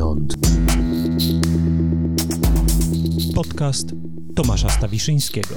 Skądinąd. Podcast Tomasza Stawiszyńskiego.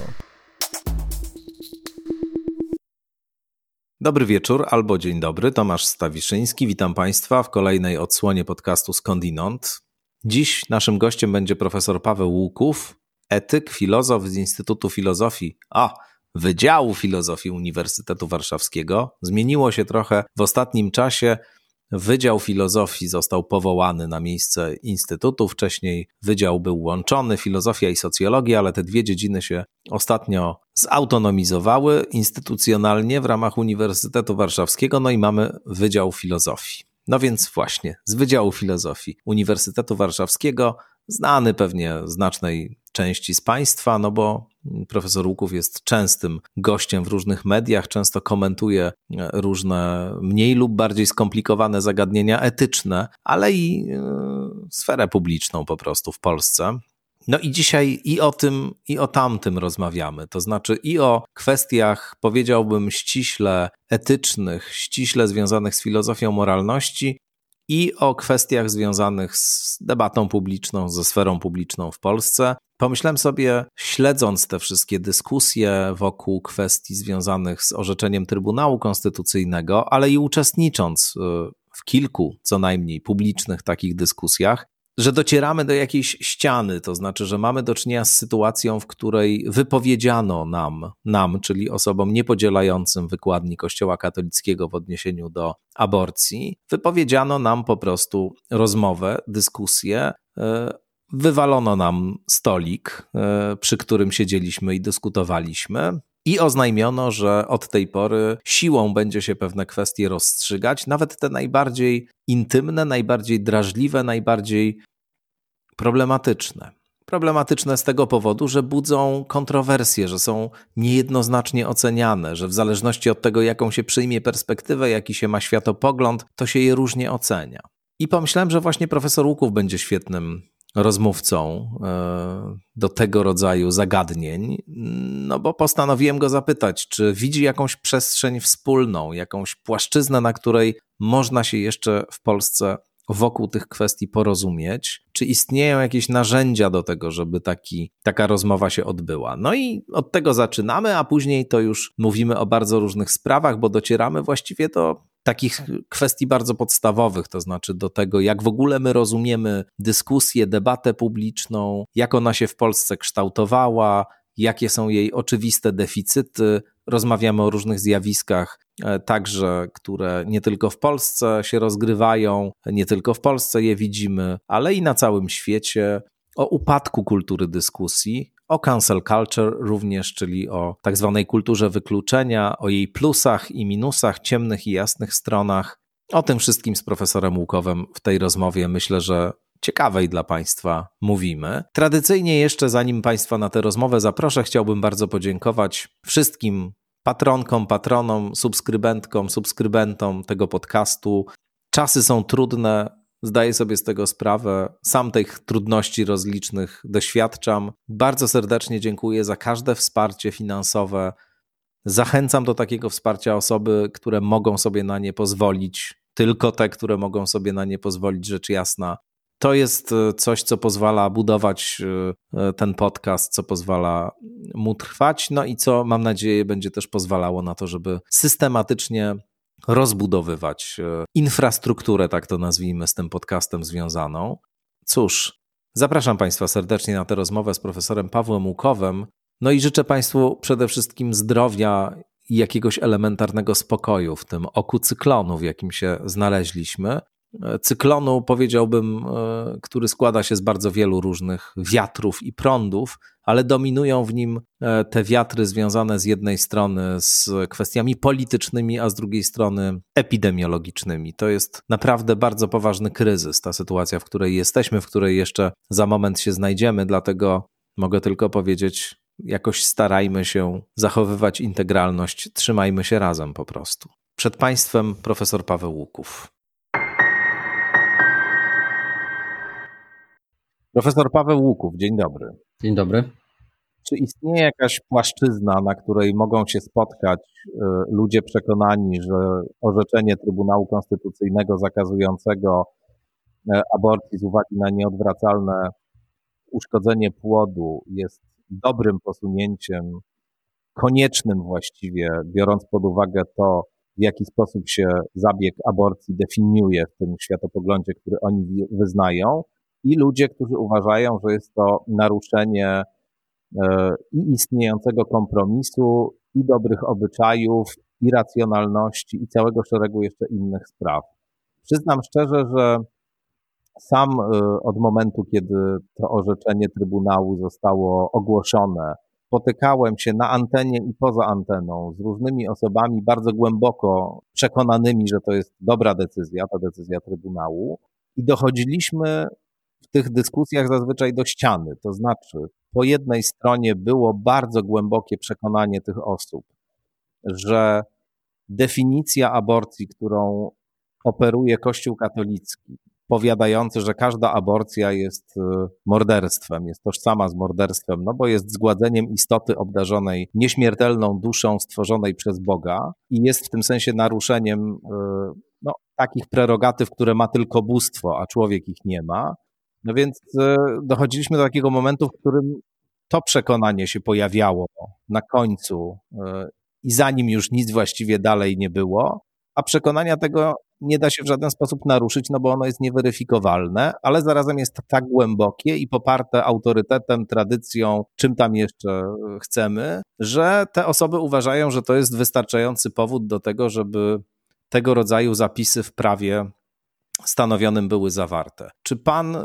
Dobry wieczór albo dzień dobry, Tomasz Stawiszyński. Witam Państwa w kolejnej odsłonie podcastu Skądinąd. Dziś naszym gościem będzie profesor Paweł Łuków, etyk, filozof z Instytutu Filozofii, Wydziału Filozofii Uniwersytetu Warszawskiego. Zmieniło się trochę w ostatnim czasie. Wydział Filozofii został powołany na miejsce Instytutu. Wcześniej wydział był łączony, filozofia i socjologia, ale te dwie dziedziny się ostatnio zautonomizowały instytucjonalnie w ramach Uniwersytetu Warszawskiego, no i mamy Wydział Filozofii. No więc właśnie, z Wydziału Filozofii Uniwersytetu Warszawskiego, znany pewnie znacznej części z Państwa, no bo profesor Łuków jest częstym gościem w różnych mediach, często komentuje różne mniej lub bardziej skomplikowane zagadnienia etyczne, ale i sferę publiczną po prostu w Polsce. No i dzisiaj i o tym, i o tamtym rozmawiamy, to znaczy i o kwestiach, powiedziałbym, ściśle etycznych, ściśle związanych z filozofią moralności i o kwestiach związanych z debatą publiczną, ze sferą publiczną w Polsce. Pomyślałem sobie, śledząc te wszystkie dyskusje wokół kwestii związanych z orzeczeniem Trybunału Konstytucyjnego, ale i uczestnicząc w kilku co najmniej publicznych takich dyskusjach, że docieramy do jakiejś ściany, to znaczy, że mamy do czynienia z sytuacją, w której wypowiedziano nam, czyli osobom niepodzielającym wykładni Kościoła katolickiego w odniesieniu do aborcji, wypowiedziano nam po prostu rozmowę, dyskusję, wywalono nam stolik, przy którym siedzieliśmy i dyskutowaliśmy i oznajmiono, że od tej pory siłą będzie się pewne kwestie rozstrzygać, nawet te najbardziej intymne, najbardziej drażliwe, najbardziej problematyczne. Problematyczne z tego powodu, że budzą kontrowersje, że są niejednoznacznie oceniane, że w zależności od tego, jaką się przyjmie perspektywę, jaki się ma światopogląd, to się je różnie ocenia. I pomyślałem, że właśnie profesor Łuków będzie świetnym rozmówcą do tego rodzaju zagadnień, no bo postanowiłem go zapytać, czy widzi jakąś przestrzeń wspólną, jakąś płaszczyznę, na której można się jeszcze w Polsce wokół tych kwestii porozumieć, czy istnieją jakieś narzędzia do tego, żeby taka rozmowa się odbyła. No i od tego zaczynamy, a później to już mówimy o bardzo różnych sprawach, bo docieramy właściwie do takich kwestii bardzo podstawowych, to znaczy do tego, jak w ogóle my rozumiemy dyskusję, debatę publiczną, jak ona się w Polsce kształtowała, jakie są jej oczywiste deficyty. Rozmawiamy o różnych zjawiskach, także które nie tylko w Polsce się rozgrywają, nie tylko w Polsce je widzimy, ale i na całym świecie, o upadku kultury dyskusji, o cancel culture również, czyli o tak zwanej kulturze wykluczenia, o jej plusach i minusach, ciemnych i jasnych stronach. O tym wszystkim z profesorem Łukowem w tej rozmowie myślę, że ciekawej dla Państwa mówimy. Tradycyjnie jeszcze, zanim Państwa na tę rozmowę zaproszę, chciałbym bardzo podziękować wszystkim patronkom, patronom, subskrybentkom, subskrybentom tego podcastu. Czasy są trudne, zdaję sobie z tego sprawę, sam tych trudności rozlicznych doświadczam. Bardzo serdecznie dziękuję za każde wsparcie finansowe. Zachęcam do takiego wsparcia osoby, które mogą sobie na nie pozwolić, tylko te, które mogą sobie na nie pozwolić, rzecz jasna. To jest coś, co pozwala budować ten podcast, co pozwala mu trwać, no i co, mam nadzieję, będzie też pozwalało na to, żeby systematycznie rozbudowywać infrastrukturę, tak to nazwijmy, z tym podcastem związaną. Cóż, zapraszam Państwa serdecznie na tę rozmowę z profesorem Pawłem Łukowem, no i życzę Państwu przede wszystkim zdrowia i jakiegoś elementarnego spokoju w tym oku cyklonu, w jakim się znaleźliśmy. Cyklonu, powiedziałbym, który składa się z bardzo wielu różnych wiatrów i prądów, ale dominują w nim te wiatry związane z jednej strony z kwestiami politycznymi, a z drugiej strony epidemiologicznymi. To jest naprawdę bardzo poważny kryzys, ta sytuacja, w której jesteśmy, w której jeszcze za moment się znajdziemy, dlatego mogę tylko powiedzieć, jakoś starajmy się zachowywać integralność, trzymajmy się razem po prostu. Przed Państwem profesor Paweł Łuków. Profesor Paweł Łuków, dzień dobry. Dzień dobry. Czy istnieje jakaś płaszczyzna, na której mogą się spotkać ludzie przekonani, że orzeczenie Trybunału Konstytucyjnego zakazującego aborcji z uwagi na nieodwracalne uszkodzenie płodu jest dobrym posunięciem, koniecznym właściwie, biorąc pod uwagę to, w jaki sposób się zabieg aborcji definiuje w tym światopoglądzie, który oni wyznają, i ludzie, którzy uważają, że jest to naruszenie i istniejącego kompromisu, i dobrych obyczajów, i racjonalności, i całego szeregu jeszcze innych spraw. Przyznam szczerze, że sam od momentu, kiedy to orzeczenie Trybunału zostało ogłoszone, spotykałem się na antenie i poza anteną z różnymi osobami bardzo głęboko przekonanymi, że to jest dobra decyzja, ta decyzja Trybunału, i dochodziliśmy w tych dyskusjach zazwyczaj do ściany. To znaczy, po jednej stronie było bardzo głębokie przekonanie tych osób, że definicja aborcji, którą operuje Kościół katolicki, powiadający, że każda aborcja jest morderstwem, jest tożsama z morderstwem, no bo jest zgładzeniem istoty obdarzonej nieśmiertelną duszą stworzonej przez Boga i jest w tym sensie naruszeniem takich prerogatyw, które ma tylko bóstwo, a człowiek ich nie ma. No więc dochodziliśmy do takiego momentu, w którym to przekonanie się pojawiało na końcu i zanim już nic właściwie dalej nie było, a przekonania tego nie da się w żaden sposób naruszyć, no bo ono jest nieweryfikowalne, ale zarazem jest tak głębokie i poparte autorytetem, tradycją, czym tam jeszcze chcemy, że te osoby uważają, że to jest wystarczający powód do tego, żeby tego rodzaju zapisy w prawie stanowionym były zawarte. Czy pan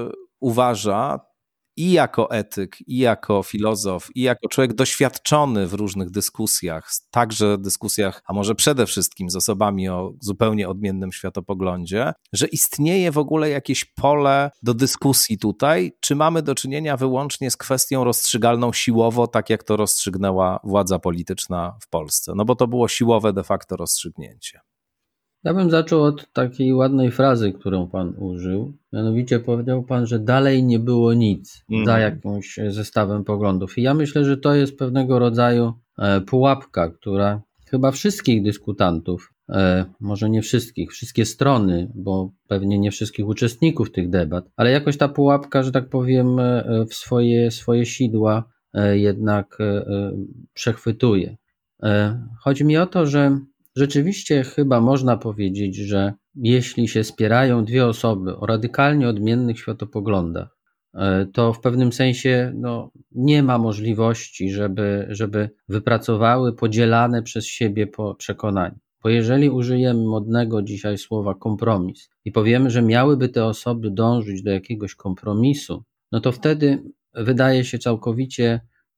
uważa, i jako etyk, i jako filozof, i jako człowiek doświadczony w różnych dyskusjach, także dyskusjach, a może przede wszystkim z osobami o zupełnie odmiennym światopoglądzie, że istnieje w ogóle jakieś pole do dyskusji tutaj, czy mamy do czynienia wyłącznie z kwestią rozstrzygalną siłowo, tak jak to rozstrzygnęła władza polityczna w Polsce? No bo to było siłowe de facto rozstrzygnięcie. Ja bym zaczął od takiej ładnej frazy, którą pan użył. Mianowicie powiedział pan, że dalej nie było nic za jakimś zestawem poglądów. I ja myślę, że to jest pewnego rodzaju pułapka, która chyba wszystkich dyskutantów, może nie wszystkich, wszystkie strony, bo pewnie nie wszystkich uczestników tych debat, ale jakoś ta pułapka, że tak powiem, w swoje sidła jednak przechwytuje. Chodzi mi o to, że rzeczywiście chyba można powiedzieć, że jeśli się spierają dwie osoby o radykalnie odmiennych światopoglądach, to w pewnym sensie nie ma możliwości, żeby wypracowały podzielane przez siebie przekonania. Bo jeżeli użyjemy modnego dzisiaj słowa kompromis i powiemy, że miałyby te osoby dążyć do jakiegoś kompromisu, no to wtedy wydaje się całkowicie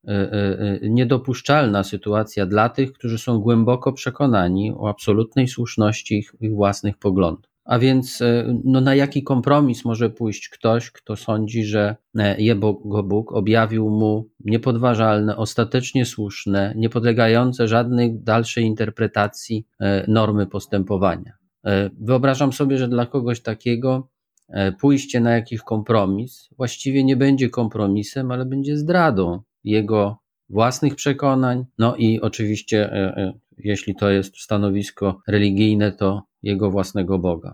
niedopuszczalna sytuacja dla tych, którzy są głęboko przekonani o absolutnej słuszności ich własnych poglądów. A więc na jaki kompromis może pójść ktoś, kto sądzi, że go Bóg objawił mu niepodważalne, ostatecznie słuszne, niepodlegające żadnej dalszej interpretacji normy postępowania. Wyobrażam sobie, że dla kogoś takiego pójście na jakiś kompromis właściwie nie będzie kompromisem, ale będzie zdradą jego własnych przekonań, no i oczywiście, jeśli to jest stanowisko religijne, to jego własnego Boga.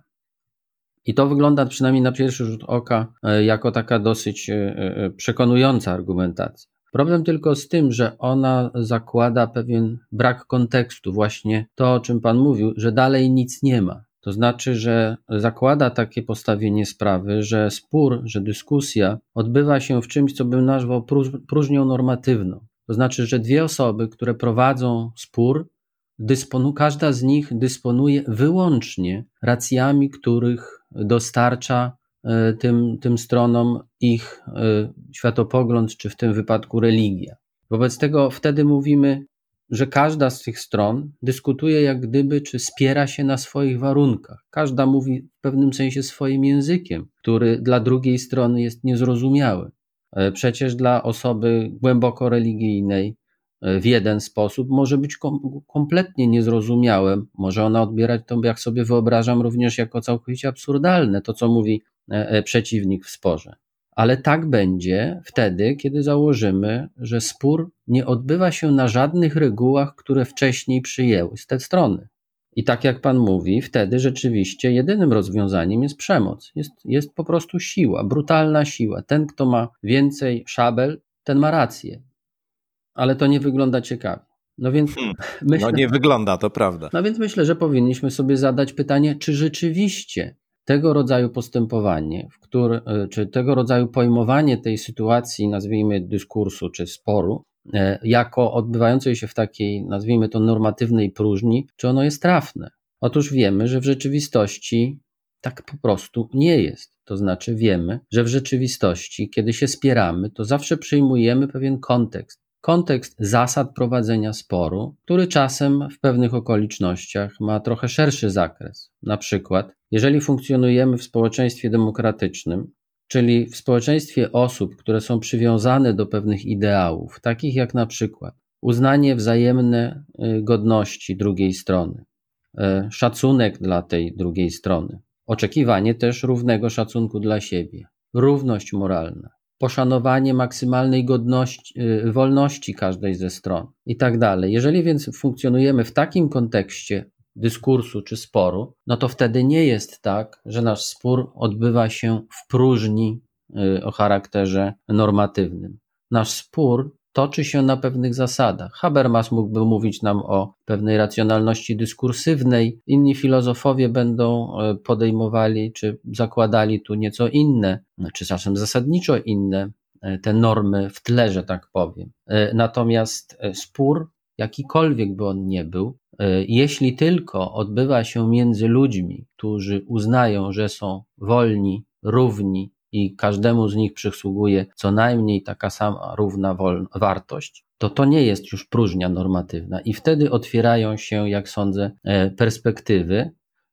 I to wygląda przynajmniej na pierwszy rzut oka jako taka dosyć przekonująca argumentacja. Problem tylko z tym, że ona zakłada pewien brak kontekstu, właśnie to, o czym pan mówił, że dalej nic nie ma. To znaczy, że zakłada takie postawienie sprawy, że spór, że dyskusja odbywa się w czymś, co bym nazwał próżnią normatywną. To znaczy, że dwie osoby, które prowadzą spór, każda z nich dysponuje wyłącznie racjami, których dostarcza tym stronom ich światopogląd, czy w tym wypadku religia. Wobec tego wtedy mówimy, że każda z tych stron dyskutuje jak gdyby, czy spiera się na swoich warunkach. Każda mówi w pewnym sensie swoim językiem, który dla drugiej strony jest niezrozumiały. Przecież dla osoby głęboko religijnej w jeden sposób może być kompletnie niezrozumiałe. Może ona odbierać to, jak sobie wyobrażam, również jako całkowicie absurdalne, to co mówi przeciwnik w sporze. Ale tak będzie wtedy, kiedy założymy, że spór nie odbywa się na żadnych regułach, które wcześniej przyjęły te strony. I tak jak pan mówi, wtedy rzeczywiście jedynym rozwiązaniem jest przemoc. Jest po prostu siła, brutalna siła. Ten, kto ma więcej szabel, ten ma rację. Ale to nie wygląda ciekawie. No więc myślę, nie wygląda, to prawda. No więc myślę, że powinniśmy sobie zadać pytanie, czy rzeczywiście tego rodzaju postępowanie, czy tego rodzaju pojmowanie tej sytuacji, nazwijmy dyskursu czy sporu, jako odbywającej się w takiej, nazwijmy to, normatywnej próżni, czy ono jest trafne? Otóż wiemy, że w rzeczywistości tak po prostu nie jest. To znaczy wiemy, że w rzeczywistości, kiedy się spieramy, to zawsze przyjmujemy pewien kontekst zasad prowadzenia sporu, który czasem w pewnych okolicznościach ma trochę szerszy zakres. Na przykład, jeżeli funkcjonujemy w społeczeństwie demokratycznym, czyli w społeczeństwie osób, które są przywiązane do pewnych ideałów, takich jak na przykład uznanie wzajemne godności drugiej strony, szacunek dla tej drugiej strony, oczekiwanie też równego szacunku dla siebie, równość moralna, poszanowanie maksymalnej wolności każdej ze stron i tak dalej. Jeżeli więc funkcjonujemy w takim kontekście dyskursu czy sporu, no to wtedy nie jest tak, że nasz spór odbywa się w próżni o charakterze normatywnym. Nasz spór toczy się na pewnych zasadach. Habermas mógłby mówić nam o pewnej racjonalności dyskursywnej, inni filozofowie będą podejmowali czy zakładali tu nieco inne, czy czasem zasadniczo inne te normy w tle, że tak powiem. Natomiast spór, jakikolwiek by on nie był, jeśli tylko odbywa się między ludźmi, którzy uznają, że są wolni, równi i każdemu z nich przysługuje co najmniej taka sama równa wartość, to nie jest już próżnia normatywna i wtedy otwierają się, jak sądzę, perspektywy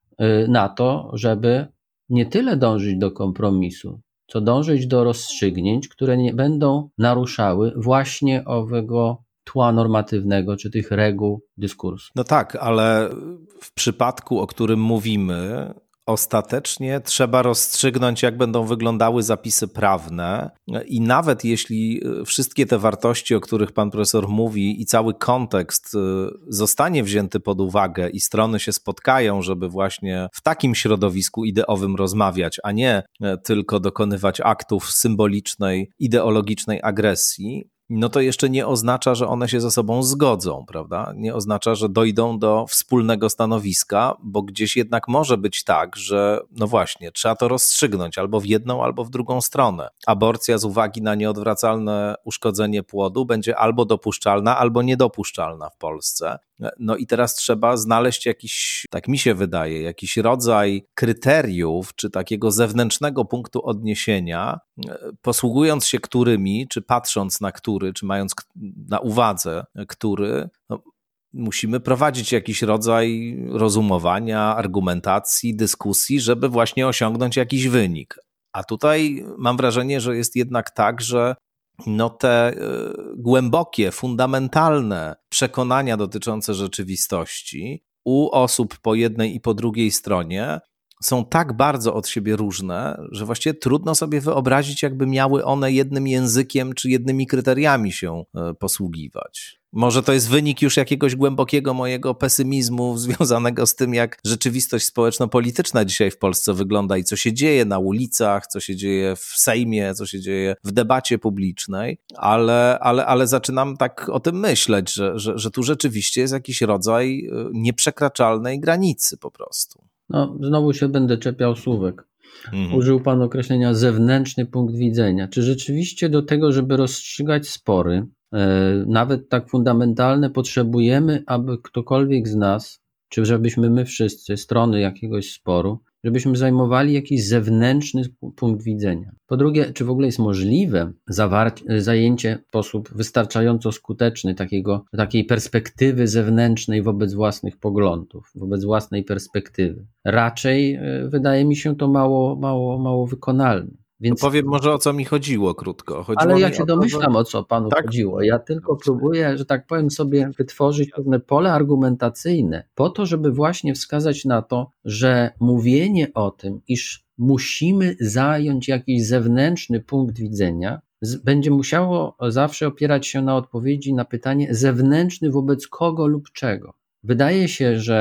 na to, żeby nie tyle dążyć do kompromisu, co dążyć do rozstrzygnięć, które nie będą naruszały właśnie owego tła normatywnego, czy tych reguł dyskursu. No tak, ale w przypadku, o którym mówimy, ostatecznie trzeba rozstrzygnąć, jak będą wyglądały zapisy prawne i nawet jeśli wszystkie te wartości, o których pan profesor mówi i cały kontekst zostanie wzięty pod uwagę i strony się spotkają, żeby właśnie w takim środowisku ideowym rozmawiać, a nie tylko dokonywać aktów symbolicznej, ideologicznej agresji, no to jeszcze nie oznacza, że one się ze sobą zgodzą, prawda? Nie oznacza, że dojdą do wspólnego stanowiska, bo gdzieś jednak może być tak, że no właśnie, trzeba to rozstrzygnąć albo w jedną, albo w drugą stronę. Aborcja z uwagi na nieodwracalne uszkodzenie płodu będzie albo dopuszczalna, albo niedopuszczalna w Polsce. No i teraz trzeba znaleźć jakiś, tak mi się wydaje, jakiś rodzaj kryteriów, czy takiego zewnętrznego punktu odniesienia, posługując się którymi, czy patrząc na który, czy mając na uwadze który, no, musimy prowadzić jakiś rodzaj rozumowania, argumentacji, dyskusji, żeby właśnie osiągnąć jakiś wynik. A tutaj mam wrażenie, że jest jednak tak, że no te głębokie, fundamentalne przekonania dotyczące rzeczywistości u osób po jednej i po drugiej stronie są tak bardzo od siebie różne, że właściwie trudno sobie wyobrazić, jakby miały one jednym językiem czy jednymi kryteriami się posługiwać. Może to jest wynik już jakiegoś głębokiego mojego pesymizmu związanego z tym, jak rzeczywistość społeczno-polityczna dzisiaj w Polsce wygląda i co się dzieje na ulicach, co się dzieje w Sejmie, co się dzieje w debacie publicznej, ale zaczynam tak o tym myśleć, że tu rzeczywiście jest jakiś rodzaj nieprzekraczalnej granicy po prostu. No, znowu się będę czepiał słówek. Użył pan określenia zewnętrzny punkt widzenia. Czy rzeczywiście do tego, żeby rozstrzygać spory, nawet tak fundamentalne, potrzebujemy, aby ktokolwiek z nas, czy żebyśmy my wszyscy, strony jakiegoś sporu, żebyśmy zajmowali jakiś zewnętrzny punkt widzenia? Po drugie, czy w ogóle jest możliwe zajęcie w sposób wystarczająco skuteczny takiej perspektywy zewnętrznej wobec własnych poglądów, wobec własnej perspektywy? Raczej wydaje mi się to mało wykonalne. Więc... Powiem może, o co mi chodziło krótko. Ale ja się domyślam, o co panu chodziło. Ja tylko próbuję, że tak powiem, sobie wytworzyć pewne pole argumentacyjne po to, żeby właśnie wskazać na to, że mówienie o tym, iż musimy zająć jakiś zewnętrzny punkt widzenia, będzie musiało zawsze opierać się na odpowiedzi na pytanie zewnętrzny wobec kogo lub czego. Wydaje się, że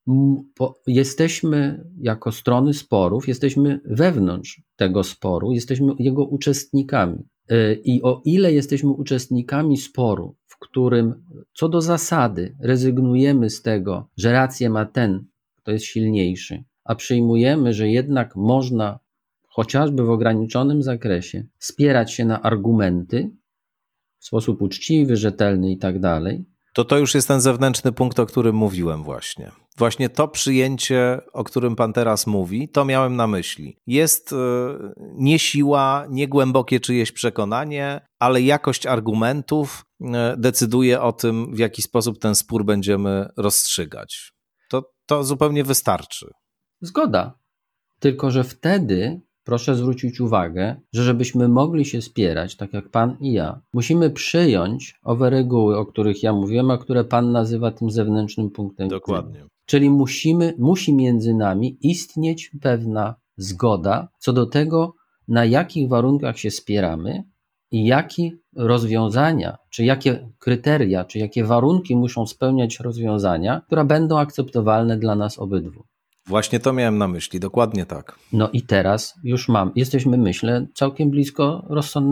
Jesteśmy jako strony sporów, jesteśmy wewnątrz tego sporu, jesteśmy jego uczestnikami. I o ile jesteśmy uczestnikami sporu, w którym co do zasady rezygnujemy z tego, że rację ma ten, kto jest silniejszy, a przyjmujemy, że jednak można chociażby w ograniczonym zakresie spierać się na argumenty w sposób uczciwy, rzetelny i tak dalej. To już jest ten zewnętrzny punkt, o którym mówiłem właśnie. Właśnie to przyjęcie, o którym pan teraz mówi, to miałem na myśli. Jest nie siła, nie głębokie czyjeś przekonanie, ale jakość argumentów decyduje o tym, w jaki sposób ten spór będziemy rozstrzygać. To zupełnie wystarczy. Zgoda. Tylko że wtedy proszę zwrócić uwagę, że żebyśmy mogli się spierać, tak jak pan i ja, musimy przyjąć owe reguły, o których ja mówiłem, a które pan nazywa tym zewnętrznym punktem. Dokładnie. Czyli musi między nami istnieć pewna zgoda co do tego, na jakich warunkach się spieramy i jakie rozwiązania, czy jakie kryteria, czy jakie warunki muszą spełniać rozwiązania, które będą akceptowalne dla nas obydwu. Właśnie to miałem na myśli, dokładnie tak. No i teraz już jesteśmy, myślę, całkiem blisko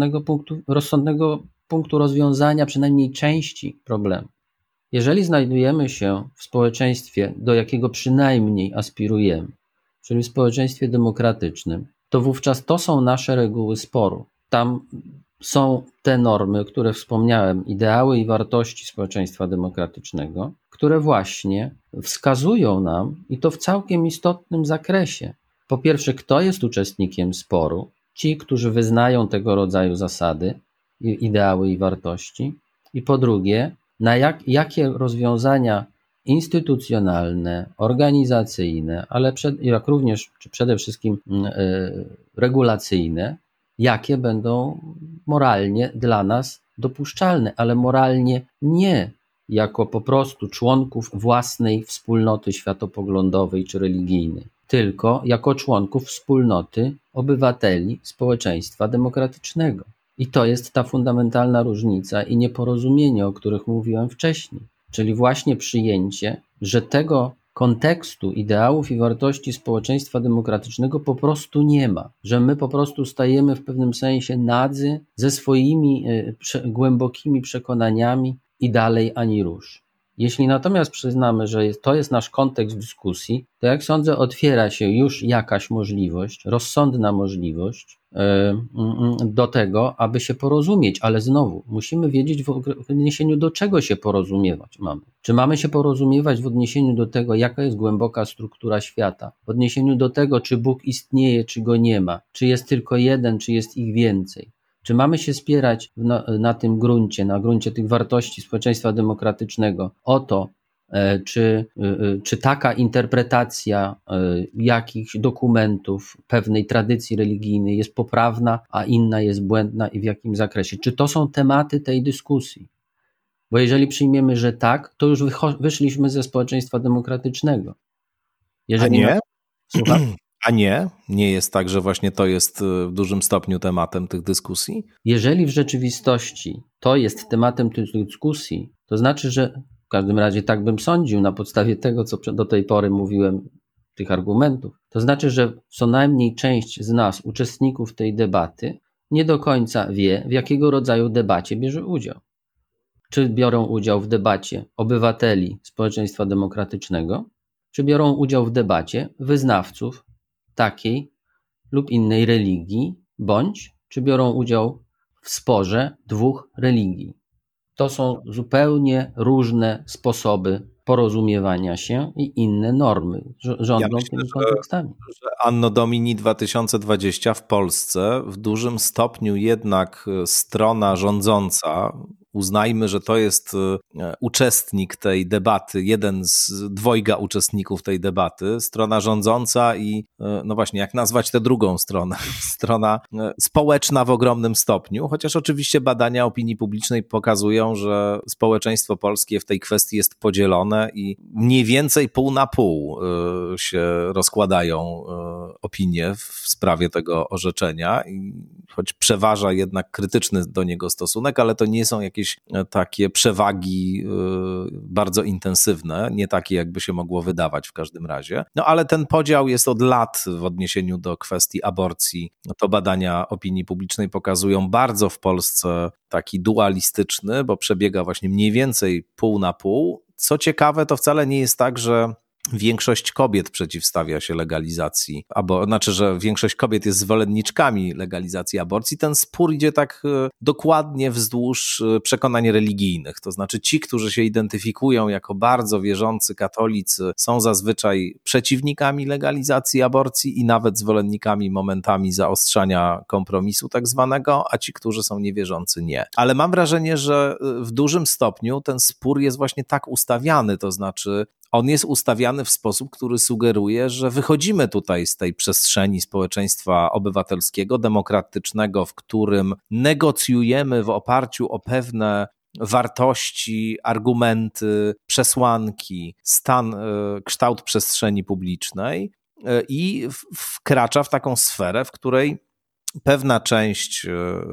rozsądnego punktu rozwiązania przynajmniej części problemu. Jeżeli znajdujemy się w społeczeństwie, do jakiego przynajmniej aspirujemy, czyli w społeczeństwie demokratycznym, to wówczas to są nasze reguły sporu. Tam są te normy, które wspomniałem, ideały i wartości społeczeństwa demokratycznego, które właśnie wskazują nam, i to w całkiem istotnym zakresie, po pierwsze, kto jest uczestnikiem sporu, ci, którzy wyznają tego rodzaju zasady, ideały i wartości, i po drugie, jakie rozwiązania instytucjonalne, organizacyjne, ale jak również, czy przede wszystkim regulacyjne, jakie będą moralnie dla nas dopuszczalne, ale moralnie nie jako po prostu członków własnej wspólnoty światopoglądowej czy religijnej, tylko jako członków wspólnoty obywateli społeczeństwa demokratycznego. I to jest ta fundamentalna różnica i nieporozumienie, o których mówiłem wcześniej, czyli właśnie przyjęcie, że tego kontekstu ideałów i wartości społeczeństwa demokratycznego po prostu nie ma, że my po prostu stajemy w pewnym sensie nadzy ze swoimi głębokimi przekonaniami i dalej ani rusz. Jeśli natomiast przyznamy, że to jest nasz kontekst dyskusji, to jak sądzę, otwiera się już jakaś możliwość, rozsądna możliwość do tego, aby się porozumieć, ale znowu musimy wiedzieć w odniesieniu do czego się porozumiewać mamy. Czy mamy się porozumiewać w odniesieniu do tego, jaka jest głęboka struktura świata, w odniesieniu do tego, czy Bóg istnieje, czy go nie ma, czy jest tylko jeden, czy jest ich więcej. Czy mamy się spierać na tym gruncie, na gruncie tych wartości społeczeństwa demokratycznego o to, czy taka interpretacja jakichś dokumentów pewnej tradycji religijnej jest poprawna, a inna jest błędna i w jakim zakresie? Czy to są tematy tej dyskusji? Bo jeżeli przyjmiemy, że tak, to już wyszliśmy ze społeczeństwa demokratycznego. Jeżeli a nie? Słucham? A nie jest tak, że właśnie to jest w dużym stopniu tematem tych dyskusji? Jeżeli w rzeczywistości to jest tematem tych dyskusji, to znaczy, że w każdym razie tak bym sądził na podstawie tego, co do tej pory mówiłem, tych argumentów, to znaczy, że co najmniej część z nas, uczestników tej debaty, nie do końca wie, w jakiego rodzaju debacie bierze udział. Czy biorą udział w debacie obywateli społeczeństwa demokratycznego, czy biorą udział w debacie wyznawców takiej lub innej religii, bądź czy biorą udział w sporze dwóch religii. To są zupełnie różne sposoby porozumiewania się i inne normy rządzą tymi kontekstami. Że Anno Domini 2020 w Polsce w dużym stopniu jednak strona rządząca, uznajmy, że to jest uczestnik tej debaty, jeden z dwojga uczestników tej debaty, strona rządząca i no właśnie, jak nazwać tę drugą stronę? Strona społeczna w ogromnym stopniu, chociaż oczywiście badania opinii publicznej pokazują, że społeczeństwo polskie w tej kwestii jest podzielone i mniej więcej pół na pół się rozkładają opinie w sprawie tego orzeczenia, choć przeważa jednak krytyczny do niego stosunek, ale to nie są jakieś jakieś takie przewagi bardzo intensywne, nie takie jakby się mogło wydawać w każdym razie. No ale ten podział jest od lat w odniesieniu do kwestii aborcji. To badania opinii publicznej pokazują bardzo w Polsce taki dualistyczny, bo przebiega właśnie mniej więcej pół na pół. Co ciekawe, to wcale nie jest tak, że większość kobiet przeciwstawia się legalizacji, znaczy, że większość kobiet jest zwolenniczkami legalizacji aborcji. Ten spór idzie tak dokładnie wzdłuż przekonań religijnych. To znaczy ci, którzy się identyfikują jako bardzo wierzący katolicy, są zazwyczaj przeciwnikami legalizacji aborcji i nawet zwolennikami momentami zaostrzania kompromisu tak zwanego, a ci, którzy są niewierzący, nie. Ale mam wrażenie, że w dużym stopniu ten spór jest właśnie tak ustawiany, to znaczy on jest ustawiany w sposób, który sugeruje, że wychodzimy tutaj z tej przestrzeni społeczeństwa obywatelskiego, demokratycznego, w którym negocjujemy w oparciu o pewne wartości, argumenty, przesłanki, kształt przestrzeni publicznej i wkracza w taką sferę, w której pewna część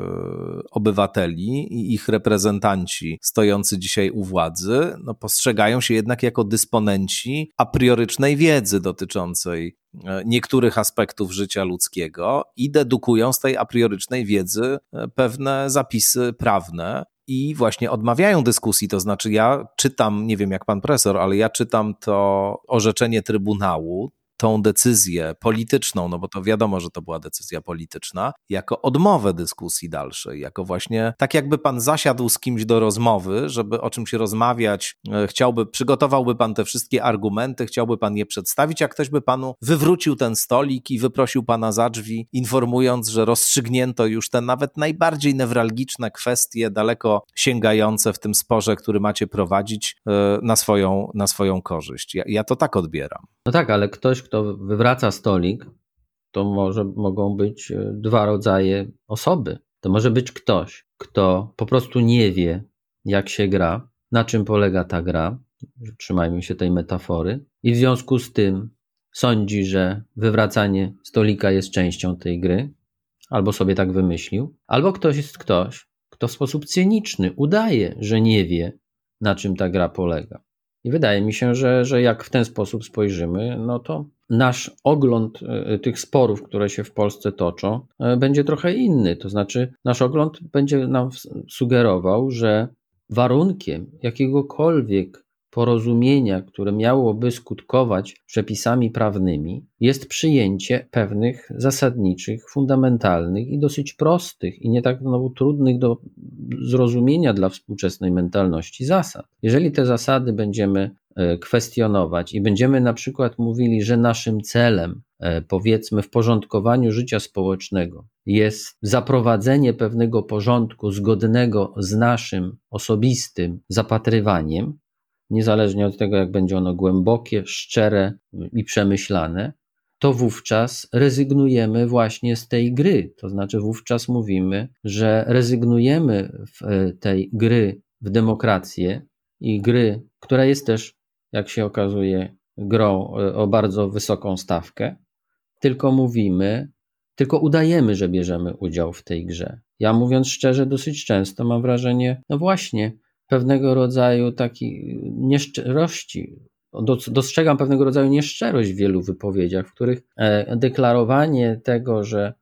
obywateli i ich reprezentanci stojący dzisiaj u władzy postrzegają się jednak jako dysponenci apriorycznej wiedzy dotyczącej niektórych aspektów życia ludzkiego i dedukują z tej apriorycznej wiedzy pewne zapisy prawne i właśnie odmawiają dyskusji. To znaczy ja czytam, nie wiem jak pan profesor, ale ja czytam to orzeczenie Trybunału, tą decyzję polityczną, no bo to wiadomo, że to była decyzja polityczna, jako odmowę dyskusji dalszej, jako właśnie tak jakby pan zasiadł z kimś do rozmowy, żeby o czymś rozmawiać, przygotowałby pan te wszystkie argumenty, chciałby pan je przedstawić, a ktoś by panu wywrócił ten stolik i wyprosił pana za drzwi, informując, że rozstrzygnięto już te nawet najbardziej newralgiczne kwestie, daleko sięgające w tym sporze, który macie prowadzić na swoją korzyść. Ja to tak odbieram. No tak, ale ktoś, kto wywraca stolik, to mogą być dwa rodzaje osoby. To może być ktoś, kto po prostu nie wie, jak się gra, na czym polega ta gra, trzymajmy się tej metafory, i w związku z tym sądzi, że wywracanie stolika jest częścią tej gry, albo sobie tak wymyślił, albo ktoś jest ktoś, kto w sposób cyniczny udaje, że nie wie, na czym ta gra polega. I wydaje mi się, że jak w ten sposób spojrzymy, no to nasz ogląd tych sporów, które się w Polsce toczą, będzie trochę inny. To znaczy nasz ogląd będzie nam sugerował, że warunkiem jakiegokolwiek porozumienia, które miałoby skutkować przepisami prawnymi, jest przyjęcie pewnych zasadniczych, fundamentalnych i dosyć prostych i nie tak trudnych do zrozumienia dla współczesnej mentalności zasad. Jeżeli te zasady będziemy kwestionować i będziemy na przykład mówili, że naszym celem, powiedzmy, w porządkowaniu życia społecznego jest zaprowadzenie pewnego porządku zgodnego z naszym osobistym zapatrywaniem, niezależnie od tego, jak będzie ono głębokie, szczere i przemyślane, to wówczas rezygnujemy właśnie z tej gry. To znaczy wówczas mówimy, że rezygnujemy w tej gry w demokrację i gry, która jest też, jak się okazuje, grą o bardzo wysoką stawkę, tylko udajemy, że bierzemy udział w tej grze. Ja, mówiąc szczerze, dosyć często mam wrażenie, no właśnie, pewnego rodzaju takiej nieszczerości. Dostrzegam pewnego rodzaju nieszczerość w wielu wypowiedziach, w których deklarowanie tego, że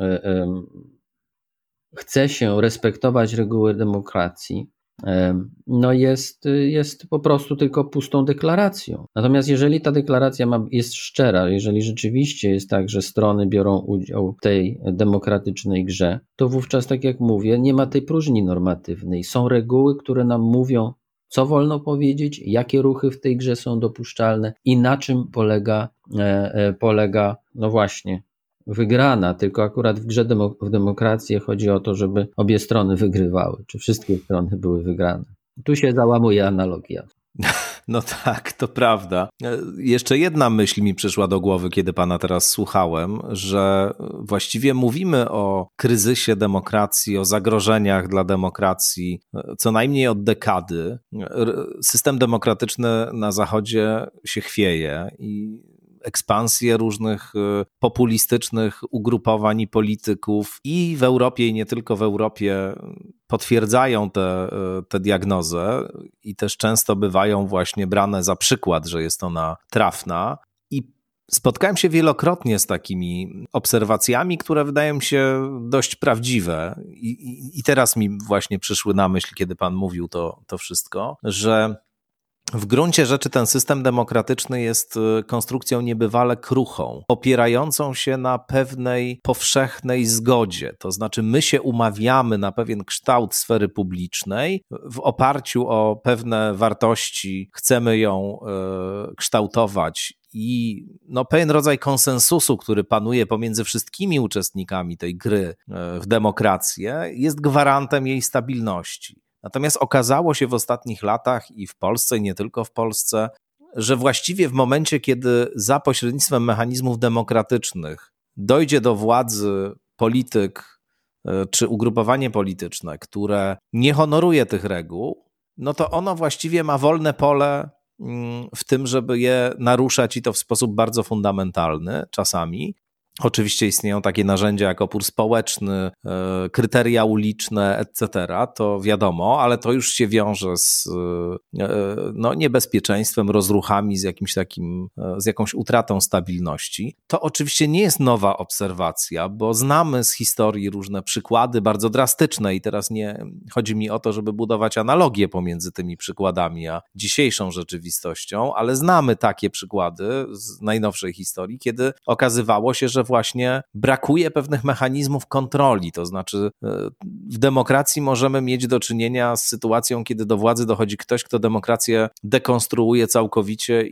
chce się respektować reguły demokracji, no jest po prostu tylko pustą deklaracją. Natomiast jeżeli ta deklaracja jest szczera, jeżeli rzeczywiście jest tak, że strony biorą udział w tej demokratycznej grze, to wówczas, tak jak mówię, nie ma tej próżni normatywnej. Są reguły, które nam mówią, co wolno powiedzieć, jakie ruchy w tej grze są dopuszczalne i na czym polega no właśnie, wygrana, tylko akurat w grze w demokrację chodzi o to, żeby obie strony wygrywały, czy wszystkie strony były wygrane. Tu się załamuje analogia. No tak, to prawda. Jeszcze jedna myśl mi przyszła do głowy, kiedy pana teraz słuchałem, że właściwie mówimy o kryzysie demokracji, o zagrożeniach dla demokracji co najmniej od dekady. System demokratyczny na Zachodzie się chwieje i ekspansję różnych populistycznych ugrupowań i polityków i w Europie, i nie tylko w Europie potwierdzają tę diagnozę i też często bywają właśnie brane za przykład, że jest ona trafna. I spotkałem się wielokrotnie z takimi obserwacjami, które wydają mi się dość prawdziwe. I teraz mi właśnie przyszły na myśl, kiedy pan mówił to wszystko, że w gruncie rzeczy ten system demokratyczny jest konstrukcją niebywale kruchą, opierającą się na pewnej powszechnej zgodzie. To znaczy my się umawiamy na pewien kształt sfery publicznej, w oparciu o pewne wartości chcemy ją kształtować i pewien rodzaj konsensusu, który panuje pomiędzy wszystkimi uczestnikami tej gry w demokrację, jest gwarantem jej stabilności. Natomiast okazało się w ostatnich latach i w Polsce, i nie tylko w Polsce, że właściwie w momencie, kiedy za pośrednictwem mechanizmów demokratycznych dojdzie do władzy polityk czy ugrupowanie polityczne, które nie honoruje tych reguł, to ono właściwie ma wolne pole w tym, żeby je naruszać i to w sposób bardzo fundamentalny czasami. Oczywiście istnieją takie narzędzia jak opór społeczny, kryteria uliczne, etc., to wiadomo, ale to już się wiąże z niebezpieczeństwem, rozruchami, z jakąś utratą stabilności. To oczywiście nie jest nowa obserwacja, bo znamy z historii różne przykłady bardzo drastyczne i teraz nie chodzi mi o to, żeby budować analogię pomiędzy tymi przykładami a dzisiejszą rzeczywistością, ale znamy takie przykłady z najnowszej historii, kiedy okazywało się, że właśnie brakuje pewnych mechanizmów kontroli, to znaczy w demokracji możemy mieć do czynienia z sytuacją, kiedy do władzy dochodzi ktoś, kto demokrację dekonstruuje całkowicie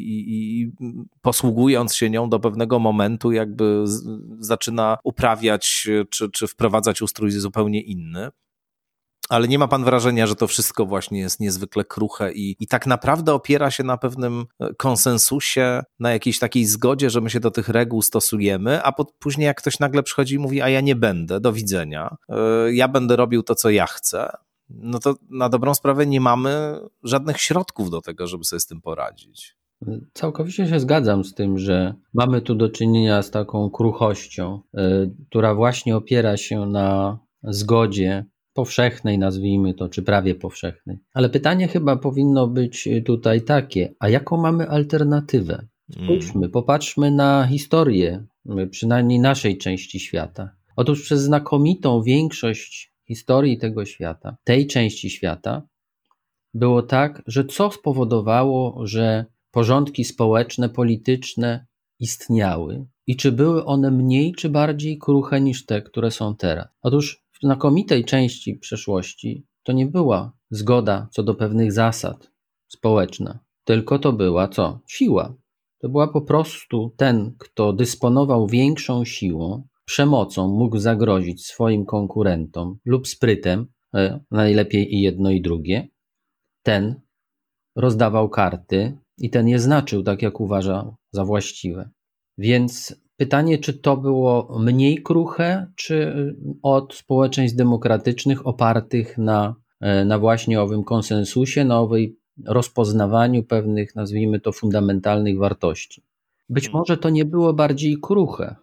i posługując się nią do pewnego momentu jakby zaczyna uprawiać czy wprowadzać ustrój zupełnie inny. Ale nie ma pan wrażenia, że to wszystko właśnie jest niezwykle kruche i tak naprawdę opiera się na pewnym konsensusie, na jakiejś takiej zgodzie, że my się do tych reguł stosujemy, a później jak ktoś nagle przychodzi i mówi, a ja nie będę, do widzenia, ja będę robił to, co ja chcę, to na dobrą sprawę nie mamy żadnych środków do tego, żeby sobie z tym poradzić. Całkowicie się zgadzam z tym, że mamy tu do czynienia z taką kruchością, która właśnie opiera się na zgodzie powszechnej, nazwijmy to, czy prawie powszechnej. Ale pytanie chyba powinno być tutaj takie, a jaką mamy alternatywę? Spójrzmy, popatrzmy na historię, przynajmniej naszej części świata. Otóż przez znakomitą większość historii tego świata, tej części świata, było tak, że co spowodowało, że porządki społeczne, polityczne istniały i czy były one mniej czy bardziej kruche niż te, które są teraz? Otóż w znakomitej części przeszłości to nie była zgoda co do pewnych zasad społeczna, tylko to była co? Siła. To była po prostu ten, kto dysponował większą siłą, przemocą mógł zagrozić swoim konkurentom lub sprytem, najlepiej i jedno i drugie, ten rozdawał karty i ten je znaczył tak, jak uważał za właściwe. Więc pytanie, czy to było mniej kruche, czy od społeczeństw demokratycznych opartych na właśnie owym konsensusie, na owej rozpoznawaniu pewnych, nazwijmy to, fundamentalnych wartości. Być może to nie było bardziej kruche.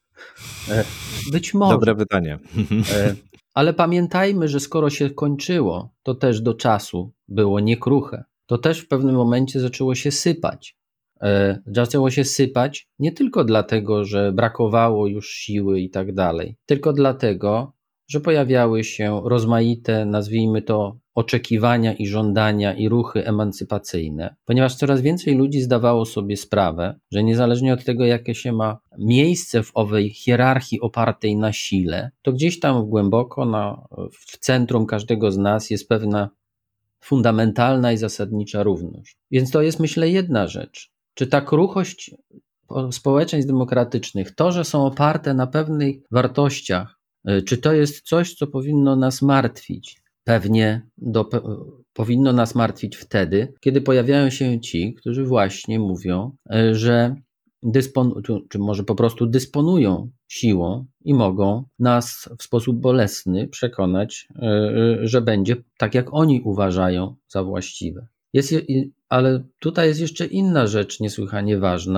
Być może. Dobre pytanie. Ale pamiętajmy, że skoro się kończyło, to też do czasu było niekruche. To też w pewnym momencie zaczęło się sypać. Zaczęło się sypać nie tylko dlatego, że brakowało już siły i tak dalej, tylko dlatego, że pojawiały się rozmaite, nazwijmy to, oczekiwania i żądania i ruchy emancypacyjne, ponieważ coraz więcej ludzi zdawało sobie sprawę, że niezależnie od tego, jakie się ma miejsce w owej hierarchii opartej na sile, to gdzieś tam głęboko w centrum każdego z nas jest pewna fundamentalna i zasadnicza równość. Więc to jest, myślę, jedna rzecz. Czy ta kruchość społeczeństw demokratycznych, to, że są oparte na pewnych wartościach, czy to jest coś, co powinno nas martwić? Pewnie powinno nas martwić wtedy, kiedy pojawiają się ci, którzy właśnie mówią, że czy może po prostu dysponują siłą i mogą nas w sposób bolesny przekonać, że będzie tak, jak oni uważają za właściwe. Ale tutaj jest jeszcze inna rzecz niesłychanie ważna,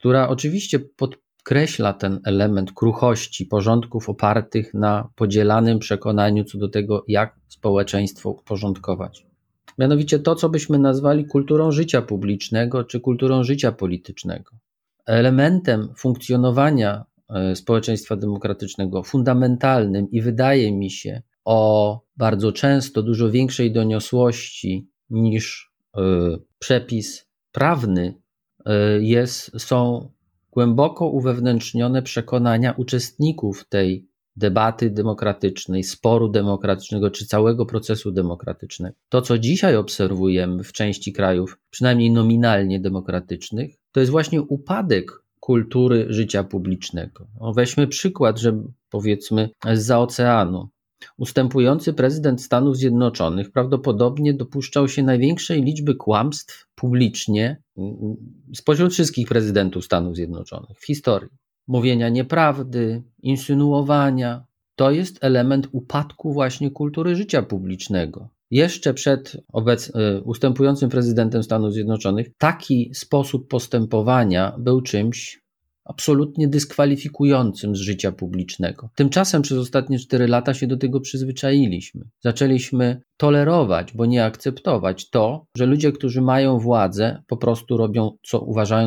która oczywiście podkreśla ten element kruchości porządków opartych na podzielanym przekonaniu co do tego, jak społeczeństwo uporządkować. Mianowicie to, co byśmy nazwali kulturą życia publicznego czy kulturą życia politycznego. Elementem funkcjonowania społeczeństwa demokratycznego, fundamentalnym i wydaje mi się o bardzo często dużo większej doniosłości niż przepis prawny, są głęboko uwewnętrznione przekonania uczestników tej debaty demokratycznej, sporu demokratycznego czy całego procesu demokratycznego. To, co dzisiaj obserwujemy w części krajów, przynajmniej nominalnie demokratycznych, to jest właśnie upadek kultury życia publicznego. Weźmy przykład, że powiedzmy zza oceanu. Ustępujący prezydent Stanów Zjednoczonych prawdopodobnie dopuszczał się największej liczby kłamstw publicznie spośród wszystkich prezydentów Stanów Zjednoczonych w historii. Mówienia nieprawdy, insynuowania. To jest element upadku właśnie kultury życia publicznego. Jeszcze przed ustępującym prezydentem Stanów Zjednoczonych taki sposób postępowania był czymś absolutnie dyskwalifikującym z życia publicznego. Tymczasem przez ostatnie 4 lata się do tego przyzwyczailiśmy. Zaczęliśmy tolerować, bo nie akceptować to, że ludzie, którzy mają władzę, po prostu robią co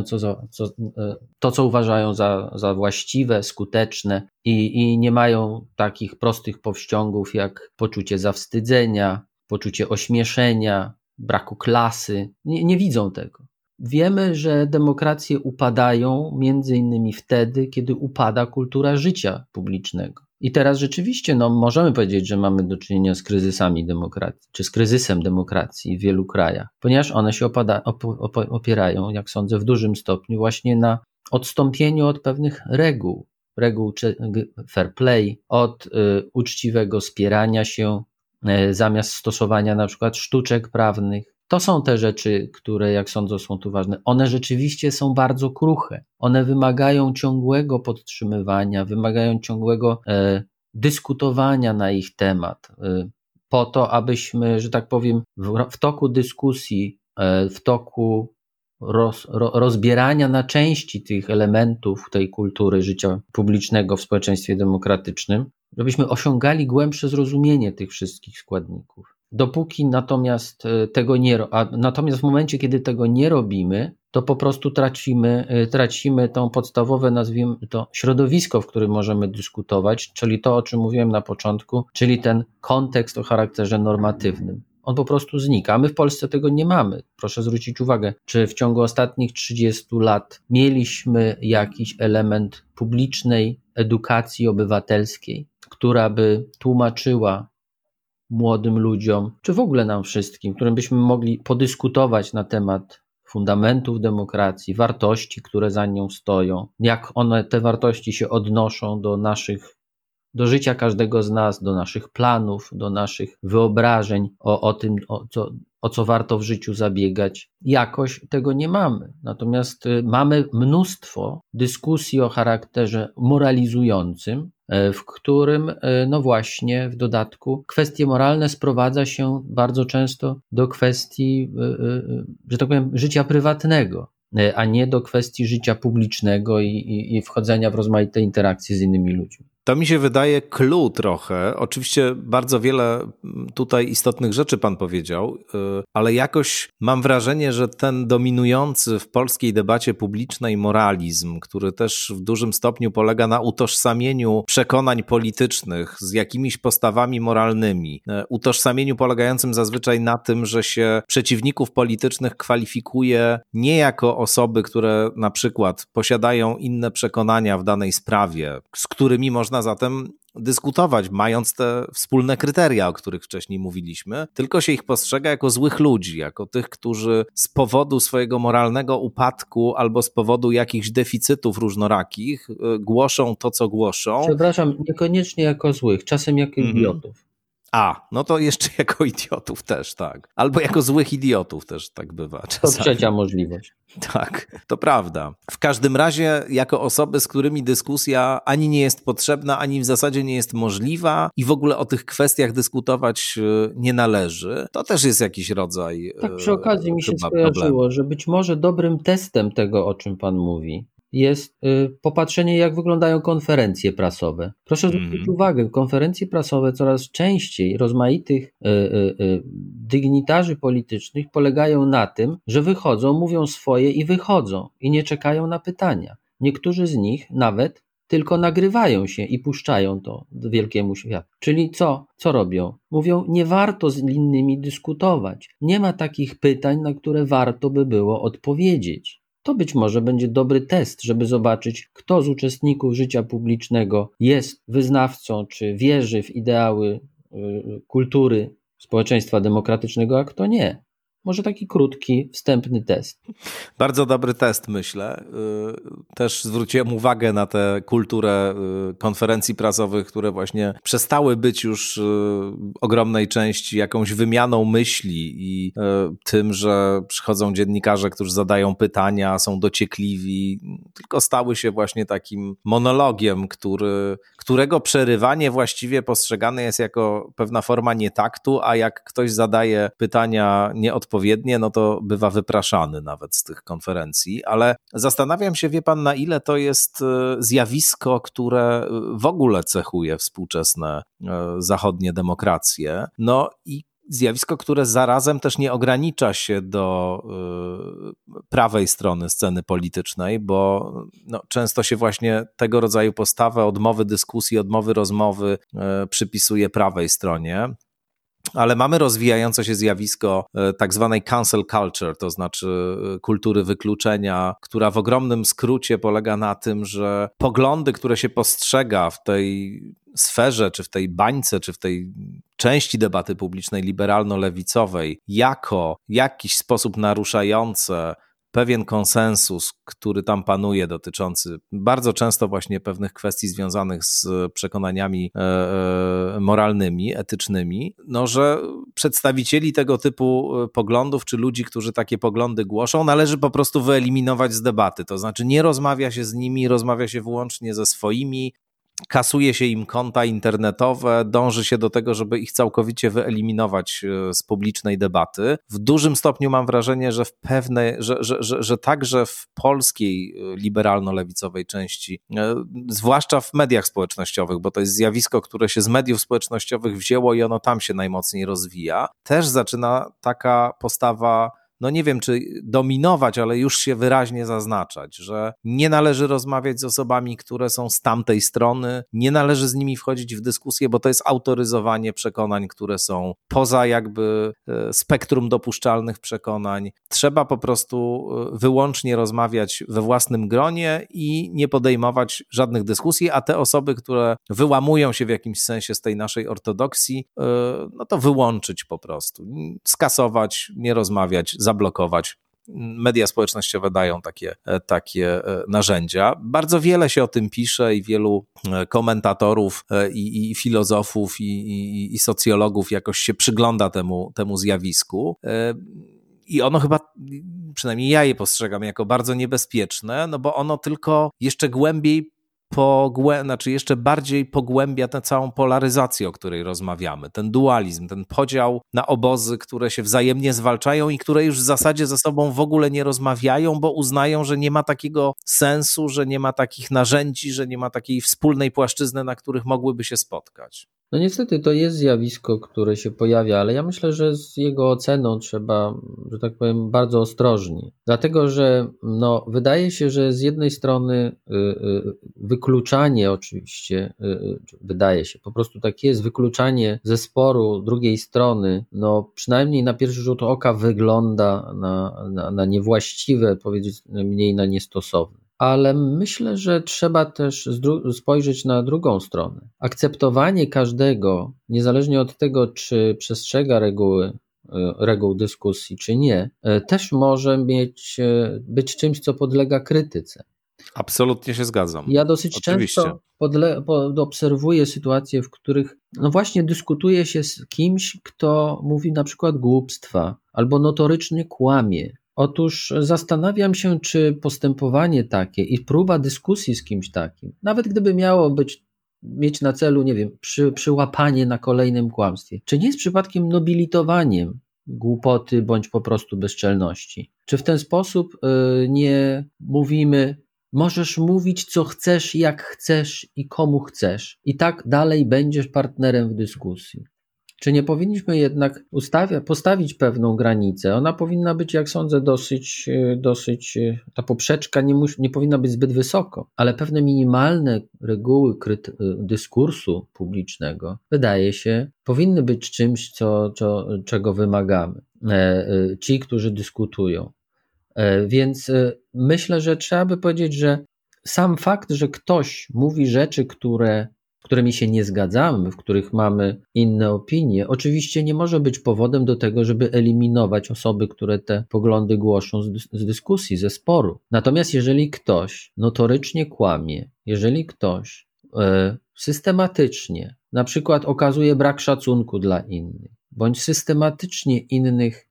uważają za właściwe, skuteczne i nie mają takich prostych powściągów jak poczucie zawstydzenia, poczucie ośmieszenia, braku klasy. Nie widzą tego. Wiemy, że demokracje upadają między innymi wtedy, kiedy upada kultura życia publicznego. I teraz rzeczywiście możemy powiedzieć, że mamy do czynienia z kryzysami demokracji, czy z kryzysem demokracji w wielu krajach, ponieważ one się opierają, jak sądzę, w dużym stopniu właśnie na odstąpieniu od pewnych reguł fair play, od uczciwego spierania się zamiast stosowania na przykład sztuczek prawnych. To są te rzeczy, które, jak sądzę, są tu ważne. One rzeczywiście są bardzo kruche. One wymagają ciągłego podtrzymywania, wymagają ciągłego dyskutowania na ich temat, po to, abyśmy, że tak powiem, w toku dyskusji, w toku rozbierania na części tych elementów tej kultury życia publicznego w społeczeństwie demokratycznym, żebyśmy osiągali głębsze zrozumienie tych wszystkich składników. Dopóki natomiast w momencie, kiedy tego nie robimy, to po prostu tracimy to podstawowe, nazwijmy to, środowisko, w którym możemy dyskutować, czyli to, o czym mówiłem na początku, czyli ten kontekst o charakterze normatywnym. On po prostu znika. My w Polsce tego nie mamy. Proszę zwrócić uwagę, czy w ciągu ostatnich 30 lat mieliśmy jakiś element publicznej edukacji obywatelskiej, która by tłumaczyła młodym ludziom, czy w ogóle nam wszystkim, którym byśmy mogli podyskutować na temat fundamentów demokracji, wartości, które za nią stoją, jak te wartości się odnoszą do życia każdego z nas, do naszych planów, do naszych wyobrażeń o tym, o co warto w życiu zabiegać. Jakoś tego nie mamy. Natomiast mamy mnóstwo dyskusji o charakterze moralizującym, w którym właśnie w dodatku kwestie moralne sprowadza się bardzo często do kwestii, że tak powiem, życia prywatnego, a nie do kwestii życia publicznego i wchodzenia w rozmaite interakcje z innymi ludźmi. To mi się wydaje clue trochę. Oczywiście bardzo wiele tutaj istotnych rzeczy pan powiedział, ale jakoś mam wrażenie, że ten dominujący w polskiej debacie publicznej moralizm, który też w dużym stopniu polega na utożsamieniu przekonań politycznych z jakimiś postawami moralnymi, utożsamieniu polegającym zazwyczaj na tym, że się przeciwników politycznych kwalifikuje nie jako osoby, które na przykład posiadają inne przekonania w danej sprawie, z którymi można zatem dyskutować, mając te wspólne kryteria, o których wcześniej mówiliśmy, tylko się ich postrzega jako złych ludzi, jako tych, którzy z powodu swojego moralnego upadku albo z powodu jakichś deficytów różnorakich głoszą to, co głoszą. Przepraszam, niekoniecznie jako złych, czasem jako idiotów. No to jeszcze jako idiotów też, tak. Albo jako złych idiotów też tak bywa czasami. To trzecia możliwość. Tak, to prawda. W każdym razie jako osoby, z którymi dyskusja ani nie jest potrzebna, ani w zasadzie nie jest możliwa i w ogóle o tych kwestiach dyskutować nie należy, to też jest jakiś rodzaj Tak przy okazji mi się skojarzyło, że być może dobrym testem tego, o czym pan mówi, jest popatrzenie, jak wyglądają konferencje prasowe. Proszę zwrócić uwagę, konferencje prasowe coraz częściej rozmaitych dygnitarzy politycznych polegają na tym, że wychodzą, mówią swoje i wychodzą i nie czekają na pytania. Niektórzy z nich nawet tylko nagrywają się i puszczają to wielkiemu światu. Czyli co robią? Mówią, nie warto z innymi dyskutować. Nie ma takich pytań, na które warto by było odpowiedzieć. To być może będzie dobry test, żeby zobaczyć, kto z uczestników życia publicznego jest wyznawcą, czy wierzy w ideały kultury społeczeństwa demokratycznego, a kto nie. Może taki krótki, wstępny test. Bardzo dobry test, myślę. Też zwróciłem uwagę na tę kulturę konferencji prasowych, które właśnie przestały być już ogromnej części jakąś wymianą myśli i tym, że przychodzą dziennikarze, którzy zadają pytania, są dociekliwi, tylko stały się właśnie takim monologiem, którego przerywanie właściwie postrzegane jest jako pewna forma nietaktu, a jak ktoś zadaje pytania nieodpowiednie, no to bywa wypraszany nawet z tych konferencji, ale zastanawiam się, wie pan, na ile to jest zjawisko, które w ogóle cechuje współczesne zachodnie demokracje, no i zjawisko, które zarazem też nie ogranicza się do prawej strony sceny politycznej, bo często się właśnie tego rodzaju postawę odmowy dyskusji, odmowy rozmowy przypisuje prawej stronie. Ale mamy rozwijające się zjawisko tak zwanej cancel culture, to znaczy kultury wykluczenia, która w ogromnym skrócie polega na tym, że poglądy, które się postrzega w tej sferze, czy w tej bańce, czy w tej części debaty publicznej liberalno-lewicowej jako jakiś sposób naruszające pewien konsensus, który tam panuje, dotyczący bardzo często właśnie pewnych kwestii związanych z przekonaniami moralnymi, etycznymi, no że przedstawicieli tego typu poglądów, czy ludzi, którzy takie poglądy głoszą, należy po prostu wyeliminować z debaty. To znaczy nie rozmawia się z nimi, rozmawia się wyłącznie ze swoimi, kasuje się im konta internetowe, dąży się do tego, żeby ich całkowicie wyeliminować z publicznej debaty. W dużym stopniu mam wrażenie, że że także w polskiej liberalno-lewicowej części, zwłaszcza w mediach społecznościowych, bo to jest zjawisko, które się z mediów społecznościowych wzięło i ono tam się najmocniej rozwija, też zaczyna taka postawa, no nie wiem, czy dominować, ale już się wyraźnie zaznaczać, że nie należy rozmawiać z osobami, które są z tamtej strony, nie należy z nimi wchodzić w dyskusję, bo to jest autoryzowanie przekonań, które są poza jakby spektrum dopuszczalnych przekonań. Trzeba po prostu wyłącznie rozmawiać we własnym gronie i nie podejmować żadnych dyskusji, a te osoby, które wyłamują się w jakimś sensie z tej naszej ortodoksji, no to wyłączyć po prostu, skasować, nie rozmawiać, zablokować. Media społecznościowe dają takie narzędzia. Bardzo wiele się o tym pisze i wielu komentatorów i filozofów i socjologów jakoś się przygląda temu zjawisku. I ono chyba, przynajmniej ja je postrzegam jako bardzo niebezpieczne, no bo ono tylko jeszcze głębiej jeszcze bardziej pogłębia tę całą polaryzację, o której rozmawiamy, ten dualizm, ten podział na obozy, które się wzajemnie zwalczają i które już w zasadzie ze sobą w ogóle nie rozmawiają, bo uznają, że nie ma takiego sensu, że nie ma takich narzędzi, że nie ma takiej wspólnej płaszczyzny, na których mogłyby się spotkać. No niestety to jest zjawisko, które się pojawia, ale ja myślę, że z jego oceną trzeba, że tak powiem, bardzo ostrożnie. Dlatego, że wydaje się, że z jednej strony wykluczanie oczywiście, wydaje się, po prostu tak jest, wykluczanie ze sporu drugiej strony, przynajmniej na pierwszy rzut oka wygląda na niewłaściwe, powiedzieć mniej na niestosowne. Ale myślę, że trzeba też spojrzeć na drugą stronę. Akceptowanie każdego, niezależnie od tego, czy przestrzega reguł dyskusji, czy nie, też może być czymś, co podlega krytyce. Absolutnie się zgadzam. Ja dosyć często obserwuję sytuacje, w których właśnie dyskutuje się z kimś, kto mówi na przykład głupstwa albo notorycznie kłamie. Otóż zastanawiam się, czy postępowanie takie i próba dyskusji z kimś takim, nawet gdyby miało mieć na celu, nie wiem, przyłapanie na kolejnym kłamstwie, czy nie jest przypadkiem nobilitowaniem głupoty bądź po prostu bezczelności? Czy w ten sposób nie mówimy, możesz mówić co chcesz, jak chcesz i komu chcesz i tak dalej będziesz partnerem w dyskusji. Czy nie powinniśmy jednak postawić pewną granicę? Ona powinna być, jak sądzę, dosyć ta poprzeczka nie powinna być zbyt wysoko, ale pewne minimalne reguły dyskursu publicznego, wydaje się, powinny być czymś, czego wymagamy. Ci, którzy dyskutują. Więc myślę, że trzeba by powiedzieć, że sam fakt, że ktoś mówi rzeczy, którymi się nie zgadzamy, w których mamy inne opinie, oczywiście nie może być powodem do tego, żeby eliminować osoby, które te poglądy głoszą z dyskusji, ze sporu. Natomiast jeżeli ktoś notorycznie kłamie, jeżeli ktoś systematycznie na przykład okazuje brak szacunku dla innych, bądź systematycznie innych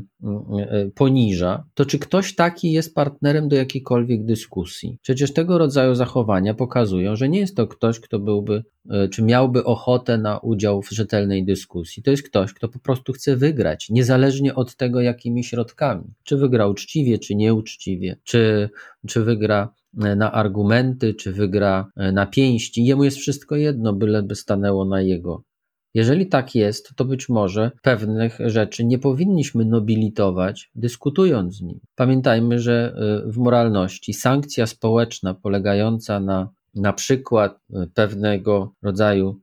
poniża, to czy ktoś taki jest partnerem do jakiejkolwiek dyskusji? Przecież tego rodzaju zachowania pokazują, że nie jest to ktoś, kto czy miałby ochotę na udział w rzetelnej dyskusji. To jest ktoś, kto po prostu chce wygrać, niezależnie od tego, jakimi środkami. Czy wygra uczciwie, czy nieuczciwie, czy wygra na argumenty, czy wygra na pięści. Jemu jest wszystko jedno, byleby stanęło na jego. Jeżeli tak jest, to być może pewnych rzeczy nie powinniśmy nobilitować, dyskutując z nim. Pamiętajmy, że w moralności sankcja społeczna polegająca na przykład pewnego rodzaju